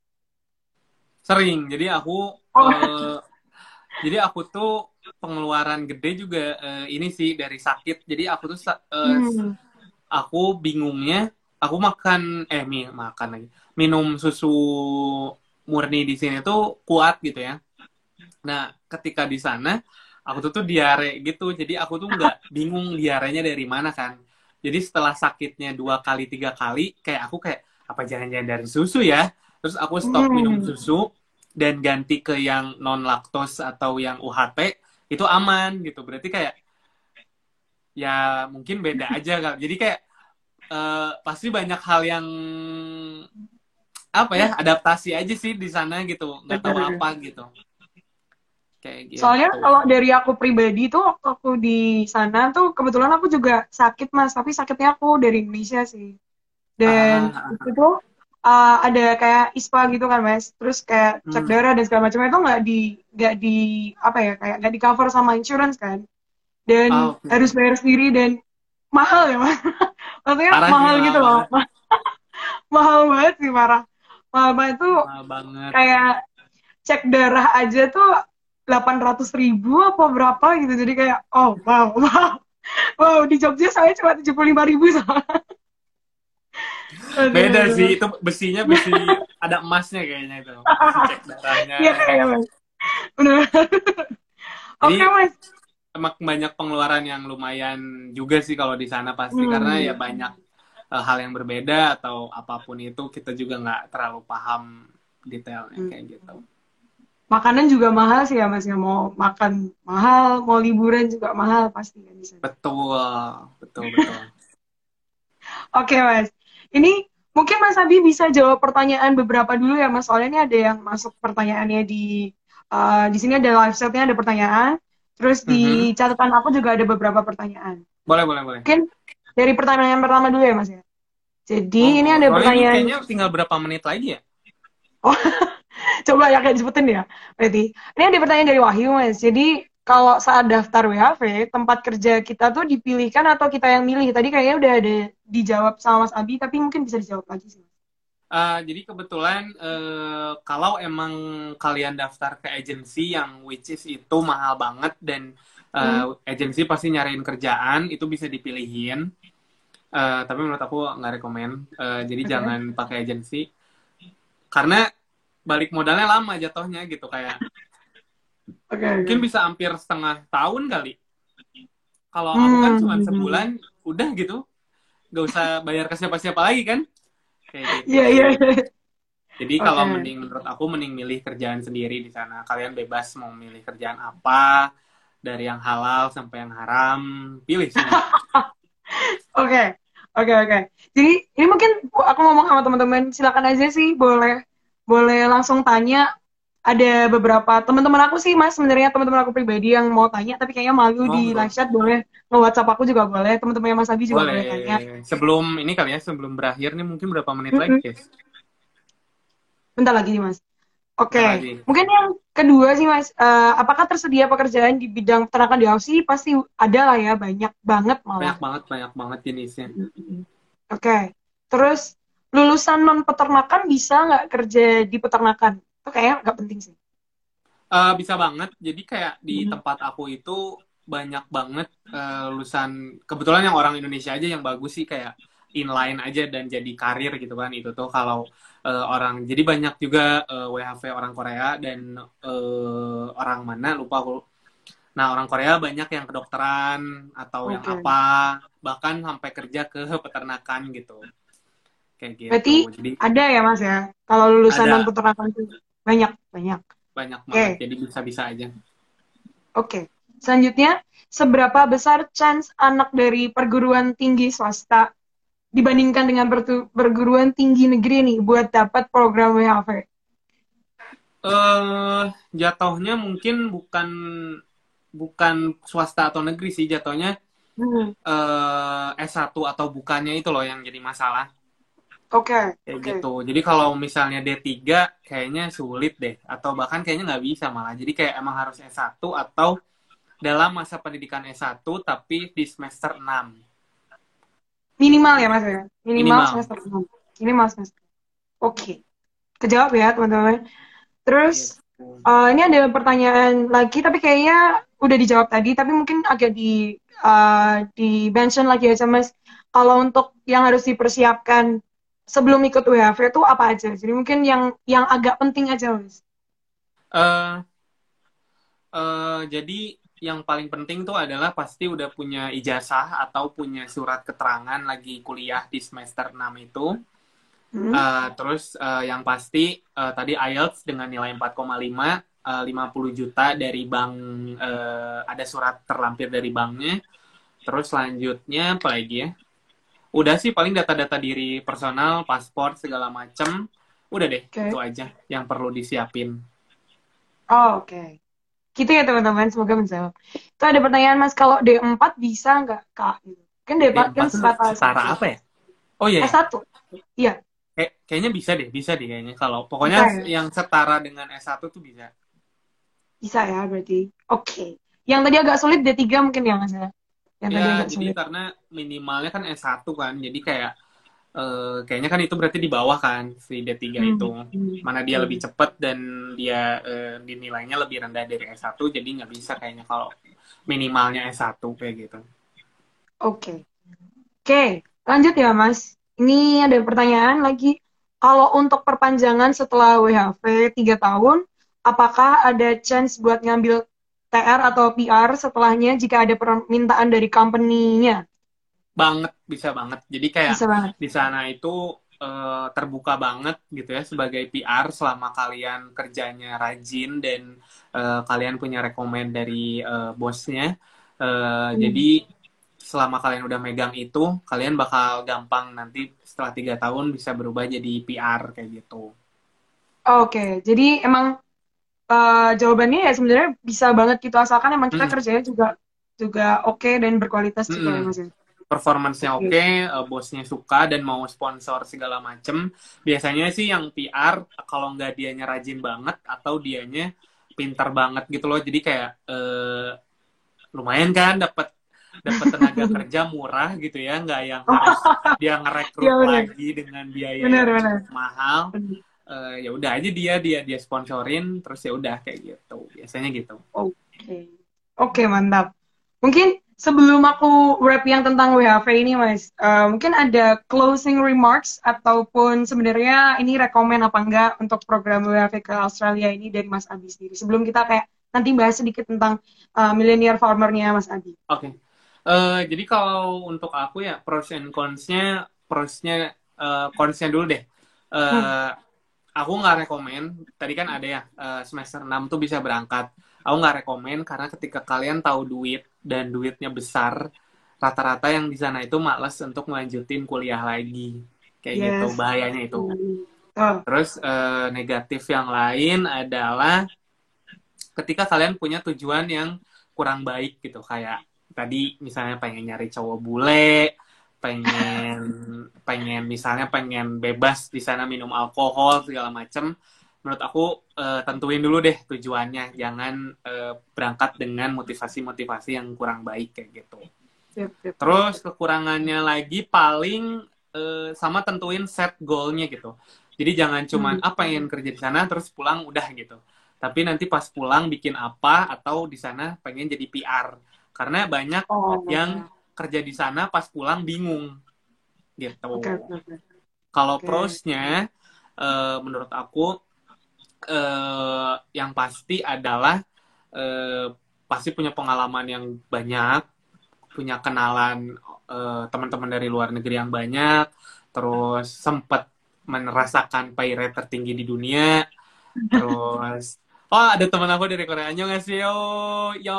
sering. Jadi aku Oh, eh, jadi aku tuh pengeluaran gede juga eh, ini sih dari sakit. Jadi aku tuh sa- eh, hmm. aku bingungnya aku makan eh mi makan lagi minum susu murni di sini tuh kuat gitu ya. Nah, ketika di sana, aku tuh tuh diare gitu. Jadi aku tuh nggak bingung diarenya dari mana kan. Jadi setelah sakitnya dua kali, tiga kali, kayak aku kayak, apa jangan-jangan dari susu ya? Terus aku stop minum Hmm. susu, dan ganti ke yang non-laktos atau yang U H T, itu aman gitu. Berarti kayak, ya mungkin beda aja kan. Jadi kayak, eh, pasti banyak hal yang, apa ya, adaptasi aja sih di sana gitu. Nggak tahu apa gitu. Kayak Soalnya gitu. kalau dari aku pribadi tuh waktu aku di sana tuh kebetulan aku juga sakit Mas, tapi sakitnya aku dari Indonesia sih. Dan Ah, itu tuh uh, ada kayak ISPA gitu kan Mas, terus kayak cek hmm. darah dan segala macam itu nggak di nggak di apa ya kayak nggak di cover sama insurance kan, dan Ah, oke. harus bayar sendiri dan mahal ya Mas. Maksudnya Parah sih, mahal gitu mahal loh, banget. mahal banget sih parah. Mahal banget tuh Mahal banget. kayak cek darah aja tuh delapan ratus ribu apa berapa gitu. Jadi kayak, oh wow, wow. Wow, di Jogja saya cuma tujuh puluh lima ribu soalnya. Aduh, Beda sih, aduh. itu besinya besi ada emasnya kayaknya itu. Si cek darahnya. Iya, iya, Mas. Bener. Jadi Oke, Mas. emang banyak pengeluaran yang lumayan juga sih kalau di sana pasti, karena ya Hmm. banyak eh, hal yang berbeda atau apapun itu kita juga nggak terlalu paham detailnya Hmm. kayak gitu. Makanan juga mahal sih ya, Mas. Ya, mau makan mahal, mau liburan juga mahal pasti kan di sana. Betul, betul, betul. Oke, Mas. Ini mungkin Mas Abi bisa jawab pertanyaan beberapa dulu ya, Mas. Soalnya ini ada yang masuk pertanyaannya di uh, di sini ada live chat-nya ada pertanyaan. Terus Mhm. di catatan aku juga ada beberapa pertanyaan. Boleh, boleh, boleh. Mungkin dari pertanyaan pertama dulu ya, Mas ya. Jadi ini Monggo. ada Soalnya ini pertanyaan. kayaknya tinggal berapa menit lagi ya? Oh, coba ya kayak disebutin ya. Berarti ini ada pertanyaan dari Wahyu, Mas. Jadi kalau saat daftar W H V, tempat kerja kita tuh dipilihkan atau kita yang milih? Tadi kayaknya udah ada dijawab sama Mas Abi, tapi mungkin bisa dijawab lagi sih. Uh, jadi kebetulan uh, kalau emang kalian daftar ke agensi yang which is itu mahal banget, dan Hmm. uh, agensi pasti nyariin kerjaan, itu bisa dipilihin. Uh, tapi menurut aku nggak rekomen. Uh, jadi Oke. jangan pakai agensi karena balik modalnya lama jatuhnya gitu, kayak Oke, mungkin oke. bisa hampir setengah tahun kali. Kalau aku kan cuma Hmm. sebulan udah gitu, nggak usah bayar ke siapa-siapa lagi kan, kayak gitu Iya, iya, sih. iya. Jadi kalau Oke. mending, menurut aku mending milih kerjaan sendiri di sana. Kalian bebas mau milih kerjaan apa, dari yang halal sampai yang haram, pilih semua. Oke. Oke, oke. Jadi ini mungkin aku ngomong sama teman-teman, silakan aja sih, boleh boleh langsung tanya. Ada beberapa teman-teman aku sih, Mas, sebenarnya teman-teman aku pribadi yang mau tanya, tapi kayaknya malu di live Monggo. chat, boleh nge-WhatsApp aku juga boleh, teman-temannya Mas Abi juga Boleh. boleh tanya. Sebelum ini kali ya, sebelum berakhir nih mungkin berapa menit lagi, Mm-mm. guys? Bentar lagi nih, Mas. Bentar Oke, lagi. mungkin yang kedua sih, Mas, eh, apakah tersedia pekerjaan di bidang peternakan di Aussie? Pasti ada lah ya, banyak banget malah. Banyak banget, banyak banget jenisnya. Mm-mm. Oke, terus lulusan non peternakan bisa nggak kerja di peternakan? Itu kayaknya nggak penting sih. Eh, bisa banget. Jadi kayak di Mm. tempat aku itu banyak banget eh, lulusan, kebetulan yang orang Indonesia aja yang bagus sih, kayak inline aja dan jadi karir gitu kan. Itu tuh kalau eh, orang, jadi banyak juga eh, W H V orang Korea dan eh, orang mana lupa aku. Nah, orang Korea banyak yang kedokteran atau yang Oke, apa, bahkan sampai kerja ke peternakan gitu. Kayak berarti gitu. Jadi ada ya, Mas ya? Kalau lulusan non ada peternakan itu banyak, banyak. banyak Oke, banget. Jadi bisa-bisa aja. oke. Selanjutnya, seberapa besar chance anak dari perguruan tinggi swasta dibandingkan dengan pertu- perguruan tinggi negeri nih buat dapat program W H V? Eh, jatuhnya mungkin bukan bukan swasta atau negeri sih, jatuhnya Hmm. eh, S satu atau bukannya itu loh yang jadi masalah. Oke, Kayak oke. gitu. Jadi kalau misalnya D tiga kayaknya sulit deh, atau bahkan kayaknya nggak bisa malah. Jadi kayak emang harus S satu atau dalam masa pendidikan S satu tapi di semester enam. Kayak Minimal ya, gitu. Mas ya? Minimal Minimal. semester enam. Minimal semester. Oke. Kejawab ya, teman-teman. Terus, Gitu. eh, ini ada pertanyaan lagi, tapi kayaknya udah dijawab tadi, tapi mungkin agak di eh, di mention lagi aja, Mas. Kalau untuk yang harus dipersiapkan sebelum ikut W H V itu apa aja? Jadi mungkin yang yang agak penting aja, Mas. Eh, Eh, jadi yang paling penting tuh adalah pasti udah punya ijazah atau punya surat keterangan lagi kuliah di semester enam itu. Hmm. Uh, terus uh, yang pasti uh, tadi I E L T S dengan nilai empat koma lima, uh, lima puluh juta dari bank, uh, ada surat terlampir dari banknya. Terus selanjutnya apa lagi ya? Udah sih paling data-data diri personal, paspor segala macem. Udah deh, Oke. itu aja yang perlu disiapin. Oh, oke. Gitu ya teman-teman, semoga menjawab. Itu ada pertanyaan Mas, kalau D empat bisa nggak Kak? Kan D empat D kan empat tuh setara setara S satu. apa ya? Oh iya, S satu. Iya. Kayak, kayaknya bisa deh, bisa deh kayaknya. Kalau pokoknya Bisa ya? yang setara dengan S satu tuh bisa. Bisa ya berarti. Oke. Yang tadi agak sulit D tiga mungkin ya Mas ya? Yang tadi Ya, agak jadi sulit. karena minimalnya kan S satu kan, jadi kayak eh, kayaknya kan itu berarti di bawah kan si D tiga Hmm. itu. Hmm. Mana dia Hmm. lebih cepat dan dia eh, dinilainya lebih rendah dari S satu, jadi nggak bisa kayaknya kalau minimalnya S satu kayak gitu. Oke. Oke, lanjut ya Mas. Ini ada pertanyaan lagi. Kalau untuk perpanjangan setelah W H V tiga tahun, apakah ada chance buat ngambil T R atau P R setelahnya jika ada permintaan dari company-nya? Banget, bisa banget. Jadi kayak Bisa banget. di sana itu eh, terbuka banget gitu ya sebagai P R selama kalian kerjanya rajin dan eh, kalian punya rekomend dari eh, bosnya. Eh, Hmm. Jadi selama kalian udah megang itu, kalian bakal gampang nanti setelah tiga tahun bisa berubah jadi P R kayak gitu. Oke, jadi emang eh, jawabannya ya sebenarnya bisa banget gitu asalkan emang kita Mm, kerjanya juga juga oke dan berkualitas juga ya mm-mm. Mas ya. Performance-nya Oke. oke, eh, bosnya suka dan mau sponsor segala macem. Biasanya sih yang P R kalau nggak dianya rajin banget atau dianya pintar banget gitu loh. Jadi kayak eh, lumayan kan dapat dapat tenaga kerja murah gitu ya, nggak yang harus dia Iya ngerekrut benar, lagi dengan biaya benar, yang benar. cukup mahal. Eh, ya udah aja dia dia dia sponsorin terus ya udah kayak gitu. Biasanya gitu. Oke, oke mantap. Mungkin sebelum aku wrap yang tentang W H V ini, Mas, eh, mungkin ada closing remarks ataupun sebenarnya ini rekomen apa enggak untuk program W H V ke Australia ini dari Mas Abi sendiri. Sebelum kita kayak nanti bahas sedikit tentang uh, millennial farmer-nya Mas Abi. Oke. Eh, jadi kalau untuk aku ya pros and cons-nya, pros-nya, eh, cons-nya dulu deh. Hmm. Eh, aku nggak rekomen, tadi kan ada ya eh, semester enam tuh bisa berangkat. Aku nggak rekomen karena ketika kalian tahu duit dan duitnya besar, rata-rata yang di sana itu malas untuk melanjutin kuliah lagi. Kayak gitu, Yes. bahayanya itu. Oh. Terus eh, negatif yang lain adalah ketika kalian punya tujuan yang kurang baik gitu, kayak tadi misalnya pengen nyari cowok bule, pengen pengen misalnya pengen bebas di sana minum alkohol segala macem. Menurut aku eh, tentuin dulu deh tujuannya, jangan eh, berangkat dengan motivasi-motivasi yang kurang baik kayak gitu. Yep, yep, Terus yep. kekurangannya lagi paling eh, sama tentuin set goalnya gitu. Jadi jangan cuman Hmm. ah pengen kerja di sana terus pulang udah gitu. Tapi nanti pas pulang bikin apa atau di sana pengen jadi P R. Karena banyak Oh, yang kerja di sana pas pulang bingung gitu. oke, oke, oke. Kalau Oke. prosnya eh, menurut aku eh, yang pasti adalah eh, pasti punya pengalaman yang banyak, punya kenalan eh, teman-teman dari luar negeri yang banyak, terus sempat merasakan pay rate tertinggi di dunia, terus oh ada teman aku dari Korea, annyeonghaseyo yo yo.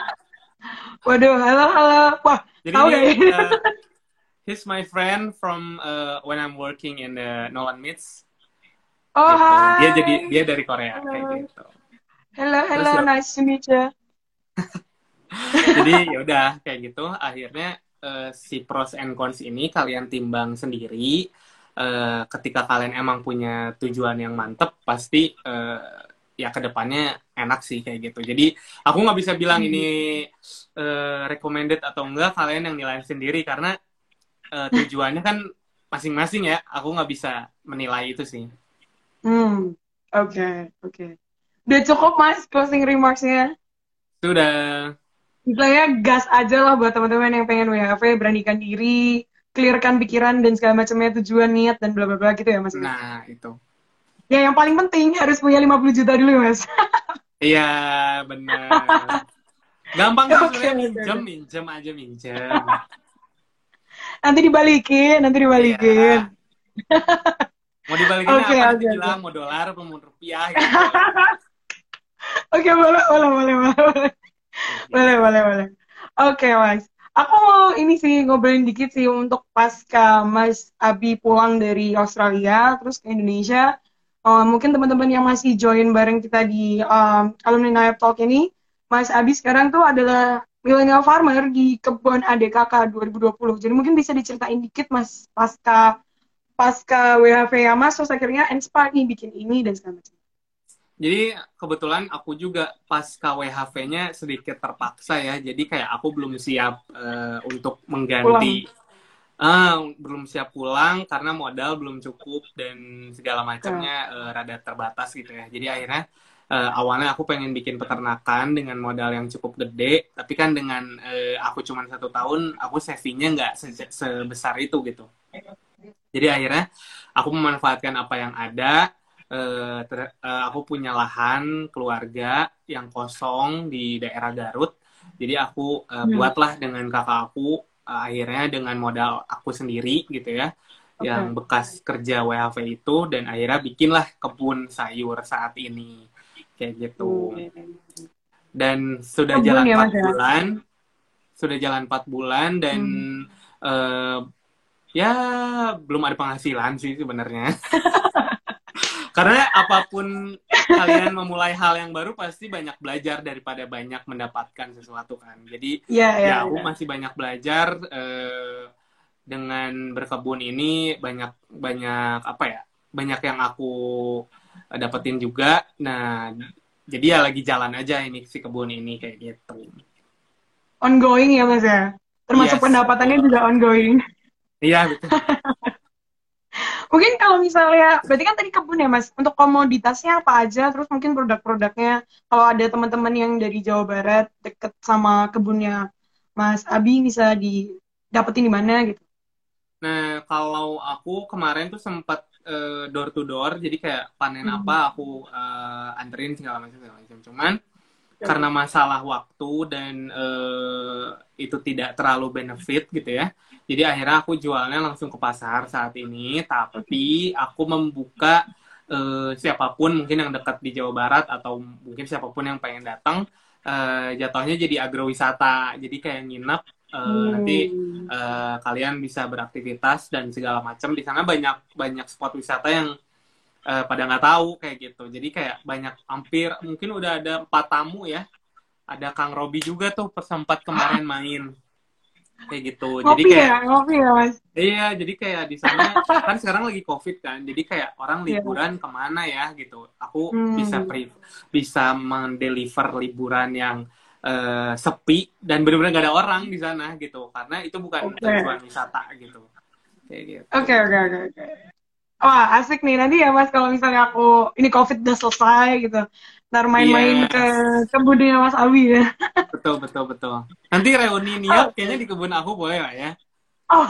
Waduh, halo, halo. Wah, Jadi tahu ini gak ini? uh, he's my friend from uh, when I'm working in the Nolan Meats. Oh, Gitu. hai. Dia jadi dia dari Korea Halo. kayak gitu. Hello, Terus hello, ya, nice to meet you. jadi ya udah kayak gitu. Akhirnya uh, si pros and cons ini kalian timbang sendiri. Uh, ketika kalian emang punya tujuan yang mantep, pasti uh, ya kedepannya enak sih kayak gitu. Jadi aku nggak bisa bilang ini uh, recommended atau enggak, kalian yang nilai sendiri karena uh, tujuannya kan masing-masing ya. Aku nggak bisa menilai itu sih. Hmm, oke, okay, oke. Okay. Udah cukup Mas closing remarks-nya. Sudah. Istilahnya gas aja lah buat teman-teman yang pengen W H V, beranikan diri, clearkan pikiran dan segala macamnya, tujuan, niat, dan bla bla bla gitu ya Mas. Nah, itu. Ya yang paling penting harus punya lima puluh juta dulu Mas. Iya, bener. Gampang sih Oke, sebenarnya, oke, minjem, oke. minjem aja minjem. Nanti dibalikin, nanti Iya, dibalikin. mau dibalikinnya Oke, apa nanti oke, bilang oke. mau dolar apa mau rupiah gitu. Oke, boleh, boleh, boleh, boleh, boleh. Kayak Boleh, gitu. boleh, boleh. Oke, Mas. Aku mau ini sih ngobrolin dikit sih untuk pasca Mas Abi pulang dari Australia terus ke Indonesia. Eh, mungkin teman-teman yang masih join bareng kita di um, Alumni Nayab Talk ini, Mas Abi sekarang tuh adalah millennial farmer di kebun A D K K dua ribu dua puluh. Jadi mungkin bisa diceritain dikit Mas pasca pasca W H V ya Mas, terus akhirnya inspire nih bikin ini dan segala macam. Jadi kebetulan aku juga pas K W H V-nya sedikit terpaksa ya. Jadi kayak aku belum siap uh, untuk Pulang. mengganti, ah belum siap pulang karena modal belum cukup dan segala Oke. macamnya uh, rada terbatas gitu ya. Jadi akhirnya uh, awalnya aku pengen bikin peternakan dengan modal yang cukup gede, tapi kan dengan uh, aku cuma satu tahun, aku savingnya nggak se- sebesar itu gitu. Jadi akhirnya aku memanfaatkan apa yang ada. Eh, ter- eh, aku punya lahan keluarga yang kosong di daerah Garut. Jadi aku eh, Hmm. buatlah dengan kakak aku, eh, akhirnya dengan modal aku sendiri gitu ya, yang Oke. bekas kerja W H V itu, dan akhirnya bikinlah kebun sayur saat ini kayak gitu. Hmm. Dan sudah Kebun jalan ya empat Mas ya? bulan, sudah jalan empat bulan dan Hmm. eh, ya belum ada penghasilan sih sebenarnya. Karena apapun kalian memulai hal yang baru pasti banyak belajar daripada banyak mendapatkan sesuatu kan. Jadi Iya, iya, ya aku iya. masih banyak belajar eh, dengan berkebun ini, banyak banyak apa ya? Banyak yang aku dapetin juga. Nah, jadi ya lagi jalan aja ini si kebun ini kayak gitu. Ongoing ya Mas ya? Termasuk Yes, pendapatannya betul. juga ongoing. Iya, betul. Mungkin kalau misalnya, berarti kan tadi kebun ya Mas, untuk komoditasnya apa aja, terus mungkin produk-produknya, kalau ada teman-teman yang dari Jawa Barat deket sama kebunnya Mas Abi bisa didapetin di mana gitu. Nah, kalau aku kemarin tuh sempat eh, door to door, jadi kayak panen Hmm. apa aku eh, anterin segala macam segala macam. Cuman Oke, karena oke. masalah waktu dan eh, itu tidak terlalu benefit gitu ya. Jadi akhirnya aku jualnya langsung ke pasar saat ini, Oke. tapi aku membuka eh, siapapun mungkin yang dekat di Jawa Barat atau mungkin siapapun yang pengen datang, eh, jatuhnya jadi agrowisata. Jadi kayak nginep, eh, nanti Hmm. eh, kalian bisa beraktivitas dan segala macam. Di sana banyak banyak spot wisata yang eh, pada nggak tahu kayak gitu. Jadi kayak banyak, hampir mungkin udah ada empat tamu ya. Ada Kang Robi juga tuh sempat kemarin main kayak gitu. Jadi Ngopi kayak ya, ngopi ya Mas. iya, jadi kayak di sana kan sekarang lagi COVID kan. Jadi kayak orang Iya. liburan kemana ya gitu. Aku bisa Hmm. pre bisa mendeliver liburan yang eh, sepi dan benar-benar gak ada orang di sana gitu. Karena itu bukan Oke. tujuan wisata gitu. Kayak gitu. Oke, oke, oke, oke. Wah, asik nih. Nanti ya, Mas, kalau misalnya aku, ini COVID udah selesai gitu. Ntar main-main ke Yes, kebunnya Mas Abi ya. betul betul betul. Nanti reuni niat kayaknya Oke. di kebun aku boleh lah ya. Oh,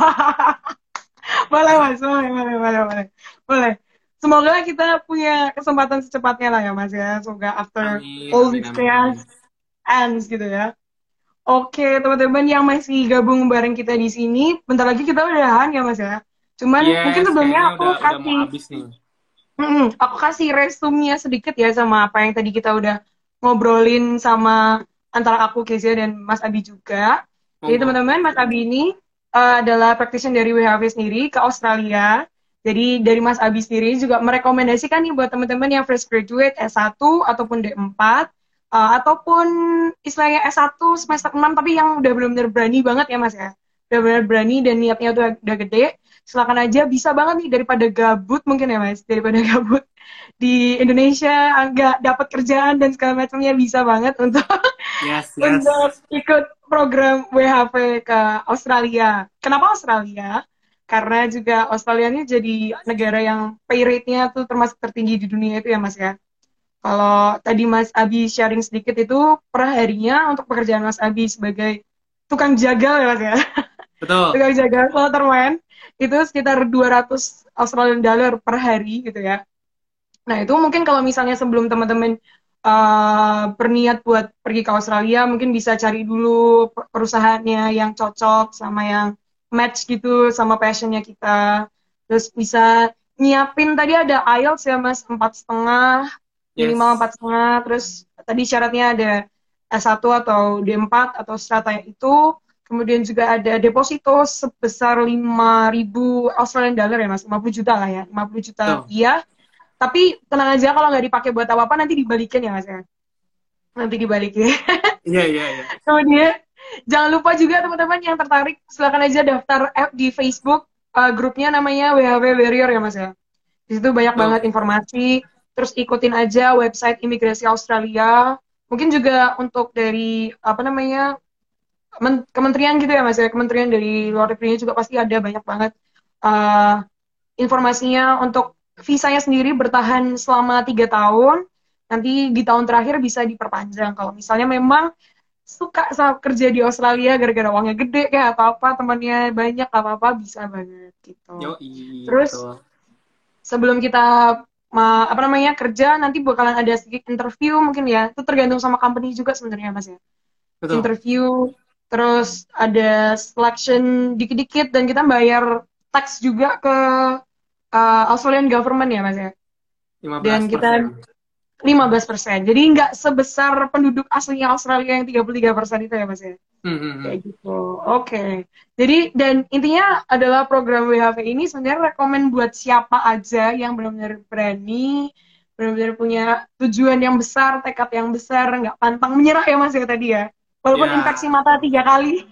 boleh, Mas. Boleh, boleh, boleh, boleh. Boleh. Semoga kita punya kesempatan secepatnya lah ya, Mas ya. Semoga after Amin, all amin, this amin, amin. chaos ends gitu ya. Oke, teman-teman yang masih gabung bareng kita di sini, bentar lagi kita udahan ya, Mas ya. Cuman mungkin Yes, kayaknya sebelumnya udah aku udah mau kasih habis nih. Mm-mm. Aku kasih resume-nya sedikit ya sama apa yang tadi kita udah ngobrolin sama antara aku, Kezia, dan Mas Abi juga. Jadi Monggo. teman-teman, Mas Abi ini uh, adalah practitioner dari W H V sendiri ke Australia. Jadi dari Mas Abi sendiri juga merekomendasikan nih buat teman-teman yang fresh graduate S satu ataupun D empat, uh, ataupun istilahnya S satu semester enam tapi yang udah benar-benar berani banget ya Mas ya. Udah benar berani dan niatnya udah, udah gede, silakan aja, bisa banget nih daripada gabut mungkin ya Mas, daripada gabut di Indonesia nggak dapat kerjaan dan segala macamnya, bisa banget untuk Yes, untuk yes. ikut program W H V ke Australia. Kenapa Australia? Karena juga Australia ini jadi negara yang pay rate-nya tuh termasuk tertinggi di dunia itu ya Mas ya. Kalau tadi Mas Abi sharing sedikit itu per harinya untuk pekerjaan Mas Abi sebagai tukang jagal ya Mas ya, Betul. tukang jaga Waterman itu sekitar dua ratus Australian dollar per hari gitu ya. Nah, itu mungkin kalau misalnya sebelum teman-teman uh, berniat buat pergi ke Australia, mungkin bisa cari dulu perusahaannya yang cocok sama yang match gitu sama passionnya kita. Terus bisa nyiapin tadi ada I E L T S ya Mas, empat setengah, minimal Yes. empat setengah. Terus tadi syaratnya ada S satu atau D empat atau strata itu. Kemudian juga ada deposito sebesar lima ribu Australian dollar ya Mas, lima puluh juta lah ya, lima puluh juta Tuh. rupiah. Tapi tenang aja kalau nggak dipakai buat apa-apa nanti dibalikin ya Mas ya. Nanti dibalikin. Iya, iya, iya. Kemudian jangan lupa juga teman-teman yang tertarik silakan aja daftar app di Facebook, uh, grupnya namanya W H W Warrior ya Mas ya. Di situ banyak Tuh. banget informasi. Terus ikutin aja website imigrasi Australia. Mungkin juga untuk dari apa namanya kementerian gitu ya Mas ya, kementerian dari luar negerinya juga pasti ada banyak banget uh, informasinya. Untuk visanya sendiri bertahan selama tiga tahun, nanti di tahun terakhir bisa diperpanjang kalau misalnya memang suka sama kerja di Australia gara-gara uangnya gede kayak atau apa, temannya banyak apa-apa, bisa banget gitu. Yoi, Terus betul. sebelum kita ma, apa namanya kerja nanti bakalan ada sedikit interview mungkin ya, itu tergantung sama company juga sebenarnya Mas ya. Betul. Interview, terus ada selection dikit-dikit dan kita bayar tax juga ke uh, Australian government ya Mas ya. Dan kita lima belas persen. Jadi nggak sebesar penduduk aslinya Australia yang tiga puluh tiga persen itu ya Mas ya. Hmm. Kayak gitu. Oke. Okay. Jadi dan intinya adalah program W H V ini sebenarnya rekomen buat siapa aja yang benar-benar berani, benar-benar punya tujuan yang besar, tekad yang besar, nggak pantang menyerah ya Mas ya tadi ya. Walaupun Ya. infeksi mata tiga kali.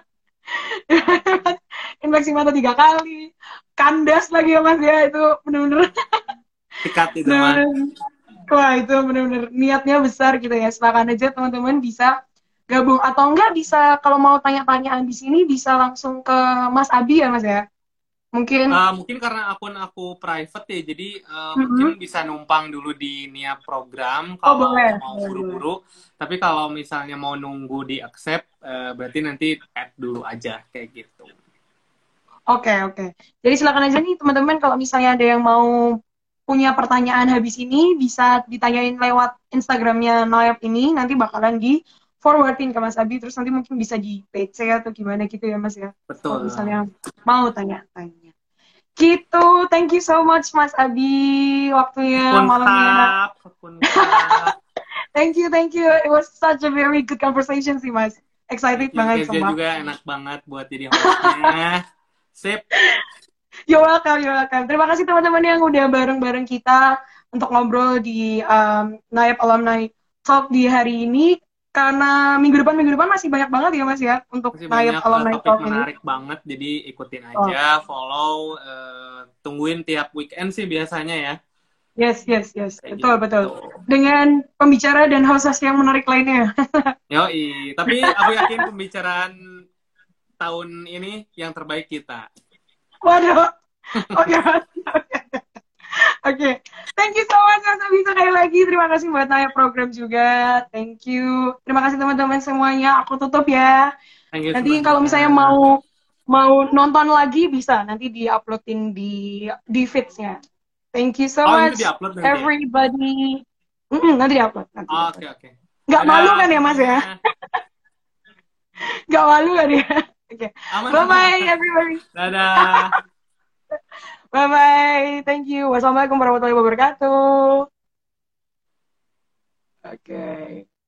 Infeksi mata tiga kali. Kandas lagi ya Mas ya, itu benar-benar Tikat itu mah. Wah itu benar-benar niatnya besar gitu ya. Silakan aja teman-teman bisa gabung atau enggak bisa kalau mau tanya-tanyaan di sini bisa langsung ke Mas Abi ya Mas ya. Mungkin uh, mungkin karena akun aku private ya, jadi uh, mm-hmm. mungkin bisa numpang dulu di Nia program kalau oh, boleh. mau buru-buru. Tapi kalau misalnya mau nunggu di accept, uh, berarti nanti add dulu aja kayak gitu. Oke okay, oke. Okay. Jadi silakan aja nih teman-teman kalau misalnya ada yang mau punya pertanyaan habis ini bisa ditanyain lewat Instagramnya Noyab ini, nanti bakalan di forwardin ke Mas Abi, terus nanti mungkin bisa di P C atau gimana gitu ya Mas ya. Betul. Kalau misalnya mau tanya-tanya. Gitu, thank you so much Mas Abi, waktunya malamnya. Thank you, thank you. It was such a very good conversation sih Mas. Excited banget sama. juga enak banget buat jadi hostnya. Sip. You're welcome, you're welcome. Terima kasih teman-teman yang udah bareng-bareng kita untuk ngobrol di um, Noyab Alumni Talk di hari ini. Karena minggu depan minggu depan masih banyak banget ya Mas ya untuk Noyab Alumni topik Talk menarik ini. banget, jadi ikutin aja, oh. follow, uh, tungguin tiap weekend sih biasanya ya. Yes, yes, yes, Kayak betul gitu. betul. Dengan pembicara dan host yang menarik lainnya. Yoi, tapi aku yakin pembicaraan tahun ini yang terbaik kita. Waduh, oke, okay. oke. Okay. Thank you so much Mas Abi sekali lagi. Terima kasih buat Naya program juga. Thank you. Terima kasih teman-teman semuanya. Aku tutup ya. Nanti kalau misalnya mau mau nonton lagi bisa nanti di-uploadin di di feeds-nya. Thank you so oh, much nanti everybody. Ya? Mm-mm, nanti di-upload. Oke oh, oke. Okay, okay. Nggak malu kan ya Mas ya? Nggak malu kan ya? Oke. Okay. Bye-bye everybody. Dadah. Bye-bye. Thank you. Wassalamualaikum warahmatullahi wabarakatuh. Oke. Okay.